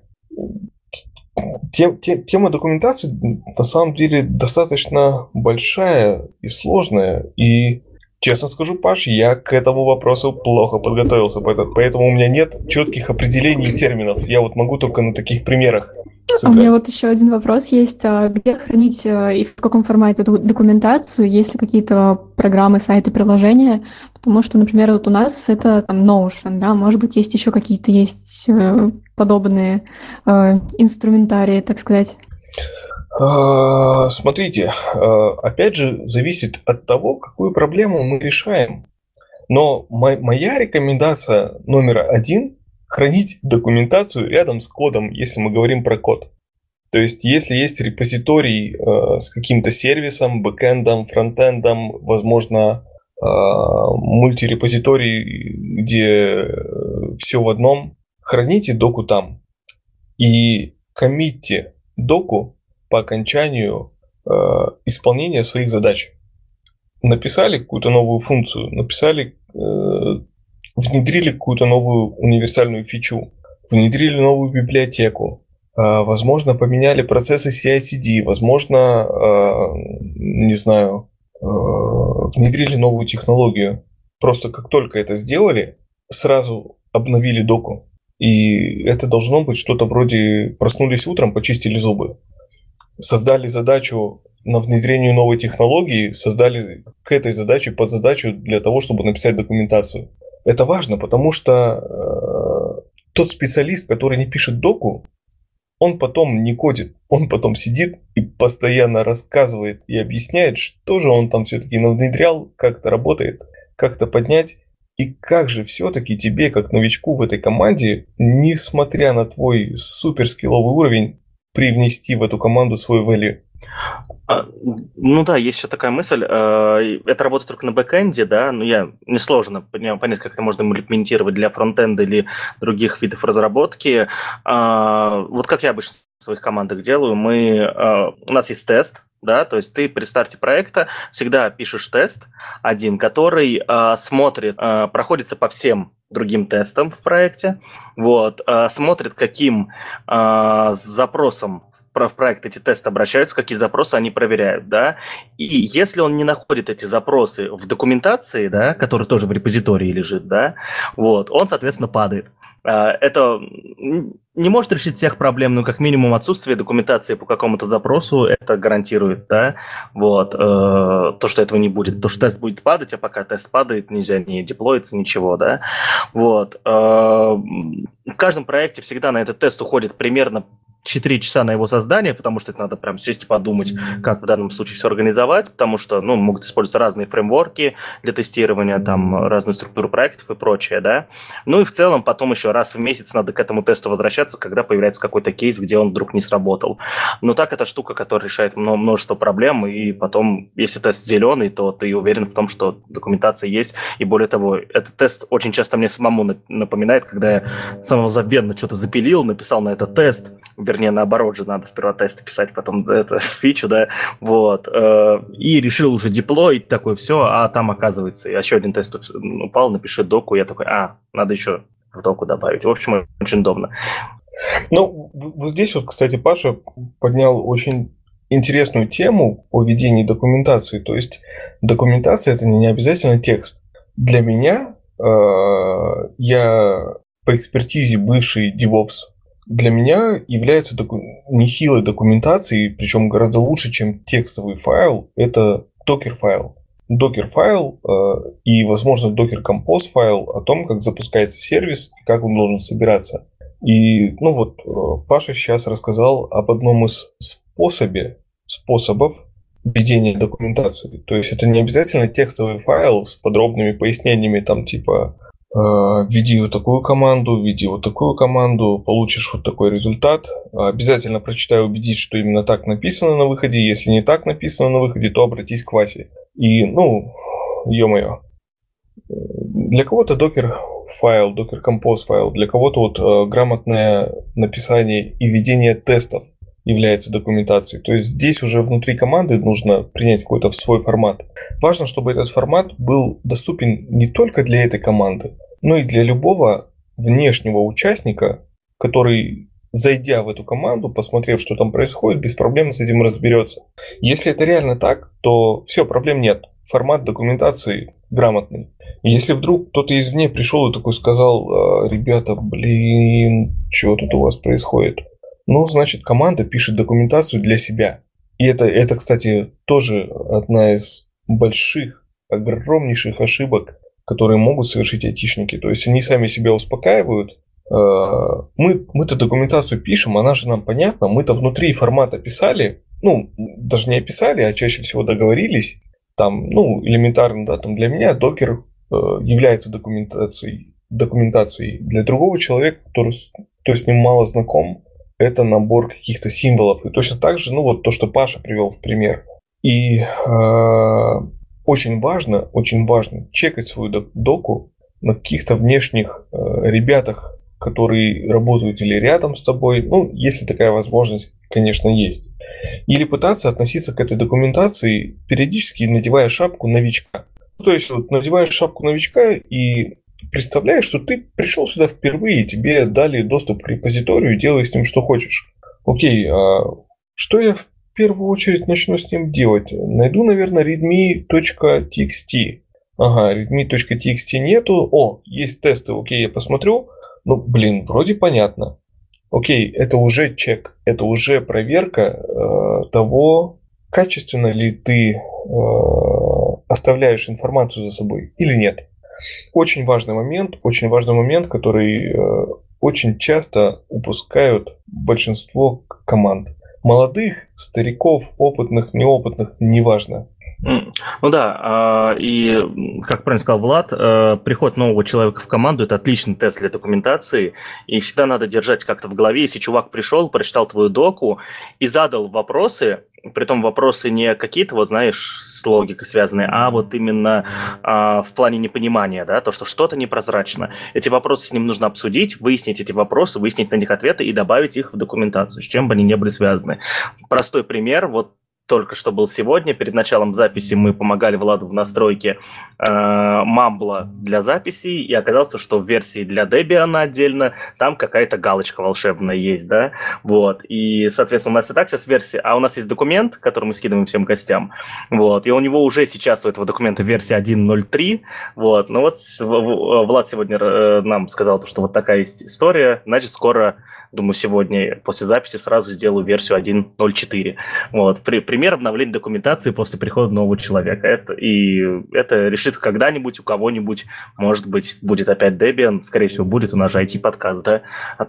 Тем, тем, тема документации на самом деле достаточно большая и сложная. И, честно скажу, Паш, я к этому вопросу плохо подготовился, поэтому у меня нет четких определений терминов. Я вот могу только на таких примерах сыграть. А у меня вот еще один вопрос есть. Где хранить и в каком формате эту документацию? Есть ли какие-то программы, сайты, приложения? Потому что, например, вот у нас это там Notion, да, может быть, есть еще какие-то есть подобные э, инструментарии, так сказать. Смотрите, опять же, зависит от того, какую проблему мы решаем. Но моя рекомендация номер один – хранить документацию рядом с кодом, если мы говорим про код. То есть, если есть репозиторий э, с каким-то сервисом, бэкэндом, фронтендом, возможно, э, мультирепозиторий, где все в одном, храните доку там. И коммитьте доку по окончанию э, исполнения своих задач. Написали какую-то новую функцию, написали... Э, внедрили какую-то новую универсальную фичу, внедрили новую библиотеку, возможно, поменяли процессы си ай си ди, возможно, не знаю, внедрили новую технологию. Просто как только это сделали, сразу обновили доку. И это должно быть что-то вроде проснулись утром, почистили зубы. Создали задачу на внедрение новой технологии, создали к этой задаче подзадачу для того, чтобы написать документацию. Это важно, потому что э, тот специалист, который не пишет доку, он потом не кодит, он потом сидит и постоянно рассказывает и объясняет, что же он там все-таки внедрял, как это работает, как это поднять. И как же все-таки тебе, как новичку в этой команде, несмотря на твой суперскилловый уровень, привнести в эту команду свой value? А, ну да, есть еще такая мысль. Это работает только на бэкэнде, да, но я несложно понять, как это можно имплементировать для фронтенда или других видов разработки. Вот как я обычно в своих командах делаю, мы, у нас есть тест, да, то есть ты при старте проекта всегда пишешь тест один, который смотрит, проходится по всем другим тестам в проекте, вот, смотрит, каким запросом в проект эти тесты обращаются, какие запросы они проверяют, да, и если он не находит эти запросы в документации, да, которая тоже в репозитории лежит, да, вот, он, соответственно, падает. Это не может решить всех проблем, но как минимум отсутствие документации по какому-то запросу это гарантирует, да, вот, то, что этого не будет, то, что тест будет падать, а пока тест падает, нельзя не деплоиться, ничего, да, вот. В каждом проекте всегда на этот тест уходит примерно четыре часа на его создание, потому что это надо прям сесть и подумать, как в данном случае все организовать, потому что, ну, могут использоваться разные фреймворки для тестирования, там, разную структуру проектов и прочее, да. Ну и в целом потом еще раз в месяц надо к этому тесту возвращаться, когда появляется какой-то кейс, где он вдруг не сработал. Но так это штука, которая решает множество проблем, и потом, если тест зеленый, то ты уверен в том, что документация есть, и более того, этот тест очень часто мне самому напоминает, когда я самозабвенно что-то запилил, написал на этот тест, вернее, наоборот же, надо сперва тесты писать, потом это фичу, да, вот, и решил уже деплоить, такое все, а там, оказывается, еще один тест упал, напиши доку, я такой, а, надо еще в доку добавить. В общем, очень удобно. Ну, вот здесь вот, кстати, Паша поднял очень интересную тему о ведении документации, то есть документация – это не обязательно текст. Для меня, э, я по экспертизе бывший DevOps, для меня является доку- нехилой документацией, причем гораздо лучше, чем текстовый файл, это докер-файл. Докер-файл э, и, возможно, докер-композ файл о том, как запускается сервис и как он должен собираться. И, ну вот, Паша сейчас рассказал об одном из способе, способов ведения документации. То есть это не обязательно текстовый файл с подробными пояснениями, там типа введи вот такую команду, введи вот такую команду, получишь вот такой результат. Обязательно прочитай, убедись, что именно так написано на выходе. Если не так написано на выходе, то обратись к Васе. И, ну, ё-моё. Для кого-то докер файл, докер композ файл, для кого-то вот э, грамотное написание и ведение тестов является документацией. То есть здесь уже внутри команды нужно принять какой-то свой формат. Важно, чтобы этот формат был доступен не только для этой команды, но и для любого внешнего участника, который, зайдя в эту команду, посмотрев, что там происходит, без проблем с этим разберется. Если это реально так, то все, проблем нет. Формат документации грамотный. Если вдруг кто-то извне пришел и такой сказал: ребята, блин, что тут у вас происходит? Ну, значит, команда пишет документацию для себя. И это, это, кстати, тоже одна из больших, огромнейших ошибок, которые могут совершить айтишники. То есть они сами себя успокаивают. Мы, мы-то документацию пишем, она же нам понятна. Мы-то внутри формата писали. Ну, даже не описали, а чаще всего договорились. Там, ну, элементарно, да, там для меня докер является документацией, документацией. Для другого человека, который, кто с ним мало знаком, это набор каких-то символов. И точно так же, ну вот то, что Паша привел в пример. И э, очень важно, очень важно чекать свою доку на каких-то внешних э, ребятах, которые работают или рядом с тобой. Ну, если такая возможность, конечно, есть. Или пытаться относиться к этой документации, периодически надевая шапку новичка. То есть вот надеваешь шапку новичка и представляешь, что ты пришел сюда впервые, тебе дали доступ к репозиторию, делай с ним что хочешь. Окей, а что я в первую очередь начну с ним делать? Найду, наверное, readme.txt. Ага, readme.txt нету. О, есть тесты, окей, я посмотрю. Ну, блин, вроде понятно. Окей, это уже чек, это уже проверка э, того, качественно ли ты э, оставляешь информацию за собой или нет. Очень важный момент, очень важный момент, который э, очень часто упускают большинство команд. Молодых, стариков, опытных, неопытных, неважно. Ну да, и, как правильно сказал Влад, приход нового человека в команду – это отличный тест для документации, и всегда надо держать как-то в голове, если чувак пришел, прочитал твою доку и задал вопросы, притом вопросы не какие-то, вот знаешь, с логикой связанные, а вот именно а, в плане непонимания, да, то, что что-то непрозрачно. Эти вопросы с ним нужно обсудить, выяснить эти вопросы, выяснить на них ответы и добавить их в документацию, с чем бы они ни были связаны. Простой пример, вот только что был сегодня. Перед началом записи мы помогали Владу в настройке э, Mumble для записи, и оказалось, что в версии для Debian отдельно там какая-то галочка волшебная есть, да, вот, и, соответственно, у нас и так сейчас версия, а у нас есть документ, который мы скидываем всем гостям, вот, и у него уже сейчас у этого документа версия один ноль три, вот, ну вот Влад сегодня э, нам сказал, что вот такая есть история, значит, скоро, думаю, сегодня после записи сразу сделаю версию один ноль четыре, вот, при, пример обновления документации после прихода нового человека. Это, и это решит когда-нибудь у кого-нибудь, может быть, будет опять Debian, скорее всего, будет у нас же ай ти-подкаст, да,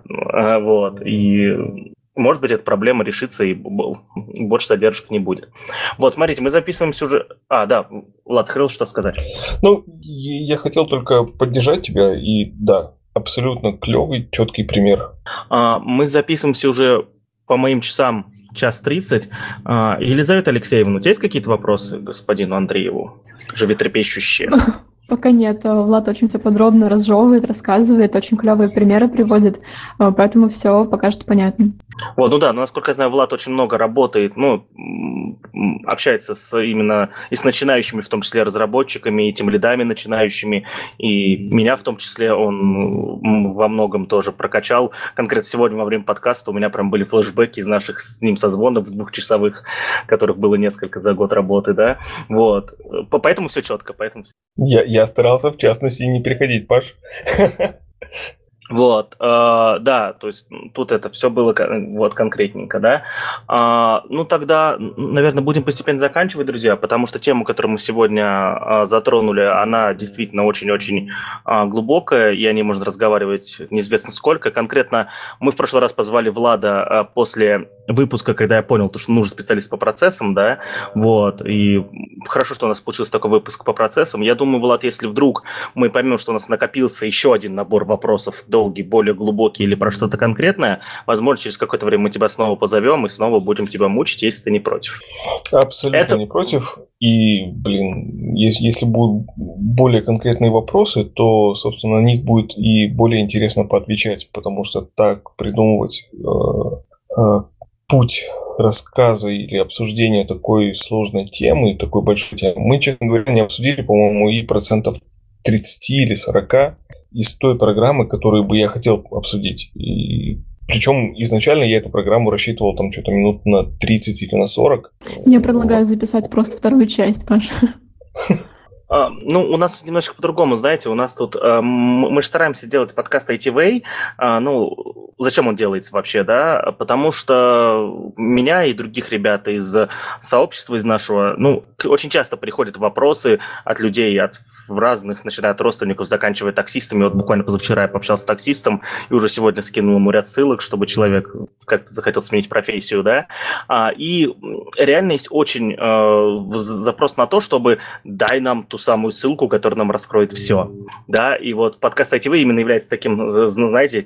вот, и может быть, эта проблема решится, и больше задержек не будет. Вот, смотрите, мы записываемся уже... А, да, Влад, хотел что сказать? Ну, я хотел только поддержать тебя, и да, абсолютно клевый, четкий пример. Мы записываемся уже по моим часам час тридцать. Елизавета Алексеевна, у тебя есть какие-то вопросы господину Андрееву, животрепещущие? Пока нет. Влад очень все подробно разжевывает, рассказывает, очень клевые примеры приводит, поэтому все пока что понятно. Вот, ну да, но, насколько я знаю, Влад очень много работает, ну, общается с именно и с начинающими, в том числе разработчиками, и тимлидами начинающими, и меня в том числе он во многом тоже прокачал. Конкретно сегодня во время подкаста у меня прям были флешбеки из наших с ним созвонов двухчасовых, которых было несколько за год работы, да, вот. Поэтому все четко, поэтому... Я, я старался, в частности, не переходить, Паш. Вот, э, да, то есть тут это все было вот конкретненько, да. А, ну тогда, наверное, будем постепенно заканчивать, друзья, потому что тему, которую мы сегодня а, затронули, она действительно очень-очень а, глубокая, и о ней можно разговаривать неизвестно сколько. Конкретно мы в прошлый раз позвали Влада а, после выпуска, когда я понял, что нужен специалист по процессам, да, вот, и хорошо, что у нас получился такой выпуск по процессам. Я думаю, Влад, если вдруг мы поймем, что у нас накопился еще один набор вопросов, долгий, более глубокий или про что-то конкретное, возможно, через какое-то время мы тебя снова позовем и снова будем тебя мучить, если ты не против. Абсолютно Это... не против. И, блин, если, если будут более конкретные вопросы, то, собственно, на них будет и более интересно поотвечать, потому что так придумывать э, э, путь рассказа или обсуждения такой сложной темы, такой большой темы, мы, честно говоря, не обсудили, по-моему, и процентов тридцать или сорок из той программы, которую бы я хотел обсудить. И причем изначально я эту программу рассчитывал там что-то минут на тридцать или на сорок. Я предлагаю записать просто вторую часть, Паша. Uh, ну, у нас немножко по-другому, знаете, у нас тут, uh, мы же стараемся делать подкаст ай ти Way, uh, ну, зачем он делается вообще, да, потому что меня и других ребят из сообщества, из нашего, ну, очень часто приходят вопросы от людей, от разных, начиная от родственников, заканчивая таксистами, вот буквально позавчера я пообщался с таксистом, и уже сегодня скинул ему ряд ссылок, чтобы человек как-то захотел сменить профессию, да, uh, и реально есть очень uh, запрос на то, чтобы дай нам ту самую ссылку, которая нам раскроет все, да, и вот подкаст ай ти ви именно является таким, знаете,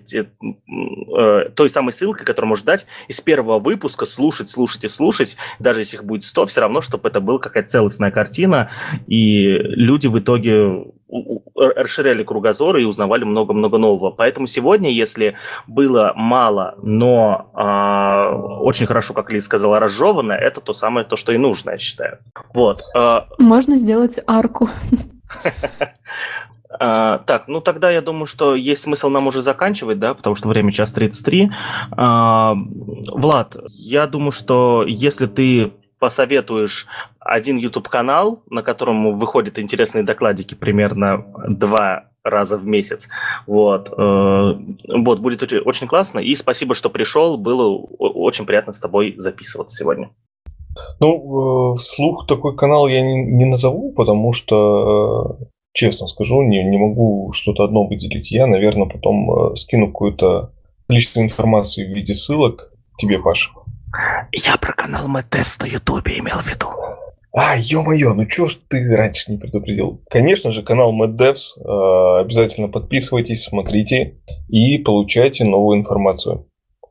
той самой ссылкой, которую можно дать из первого выпуска, слушать, слушать и слушать, даже если их будет сто, все равно, чтобы это была какая-то целостная картина, и люди в итоге расширяли кругозор и узнавали много-много нового. Поэтому сегодня, если было мало, но э, очень хорошо, как Лиза сказала, разжевано, это то самое, то, что и нужно, я считаю. Вот. Можно сделать арку. А, так, ну тогда я думаю, что есть смысл нам уже заканчивать, да, потому что время час тридцать три. А, Влад, я думаю, что если ты посоветуешь один YouTube-канал, на котором выходят интересные докладики примерно два раза в месяц, вот, э, вот будет очень, очень классно. И спасибо, что пришел, было очень приятно с тобой записываться сегодня. Ну, вслух такой канал я не, не назову, потому что, честно скажу, не, не могу что-то одно выделить. Я, наверное, потом скину какое-то количество информации в виде ссылок тебе, Паш. Я про канал MadDevs на Ютубе имел в виду. А, ё-моё, ну чё ж ты раньше не предупредил? Конечно же, канал MadDevs. Обязательно подписывайтесь, смотрите и получайте новую информацию.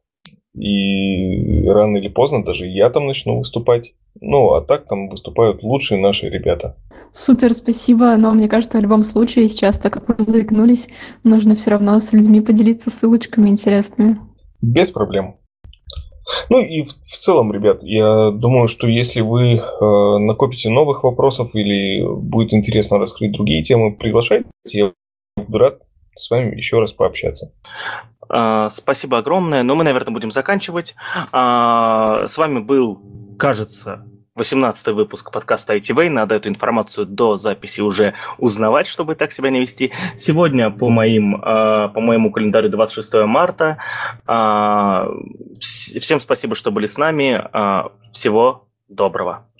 И рано или поздно даже я там начну выступать. Ну, а так там выступают лучшие наши ребята. Супер, спасибо, но мне кажется, в любом случае сейчас, так как вы заикнулись, нужно все равно с людьми поделиться ссылочками интересными. Без проблем. Ну и в, в целом, ребят, я думаю, что если вы э, накопите новых вопросов или будет интересно раскрыть другие темы, приглашайте, я буду рад с вами еще раз пообщаться. Спасибо огромное, но мы, наверное, будем заканчивать. С вами был, кажется, восемнадцатый выпуск подкаста ай ти Way. Надо эту информацию до записи уже узнавать, чтобы так себя не вести. Сегодня по, моим, по моему календарю двадцать шестое марта. Всем спасибо, что были с нами. Всего доброго.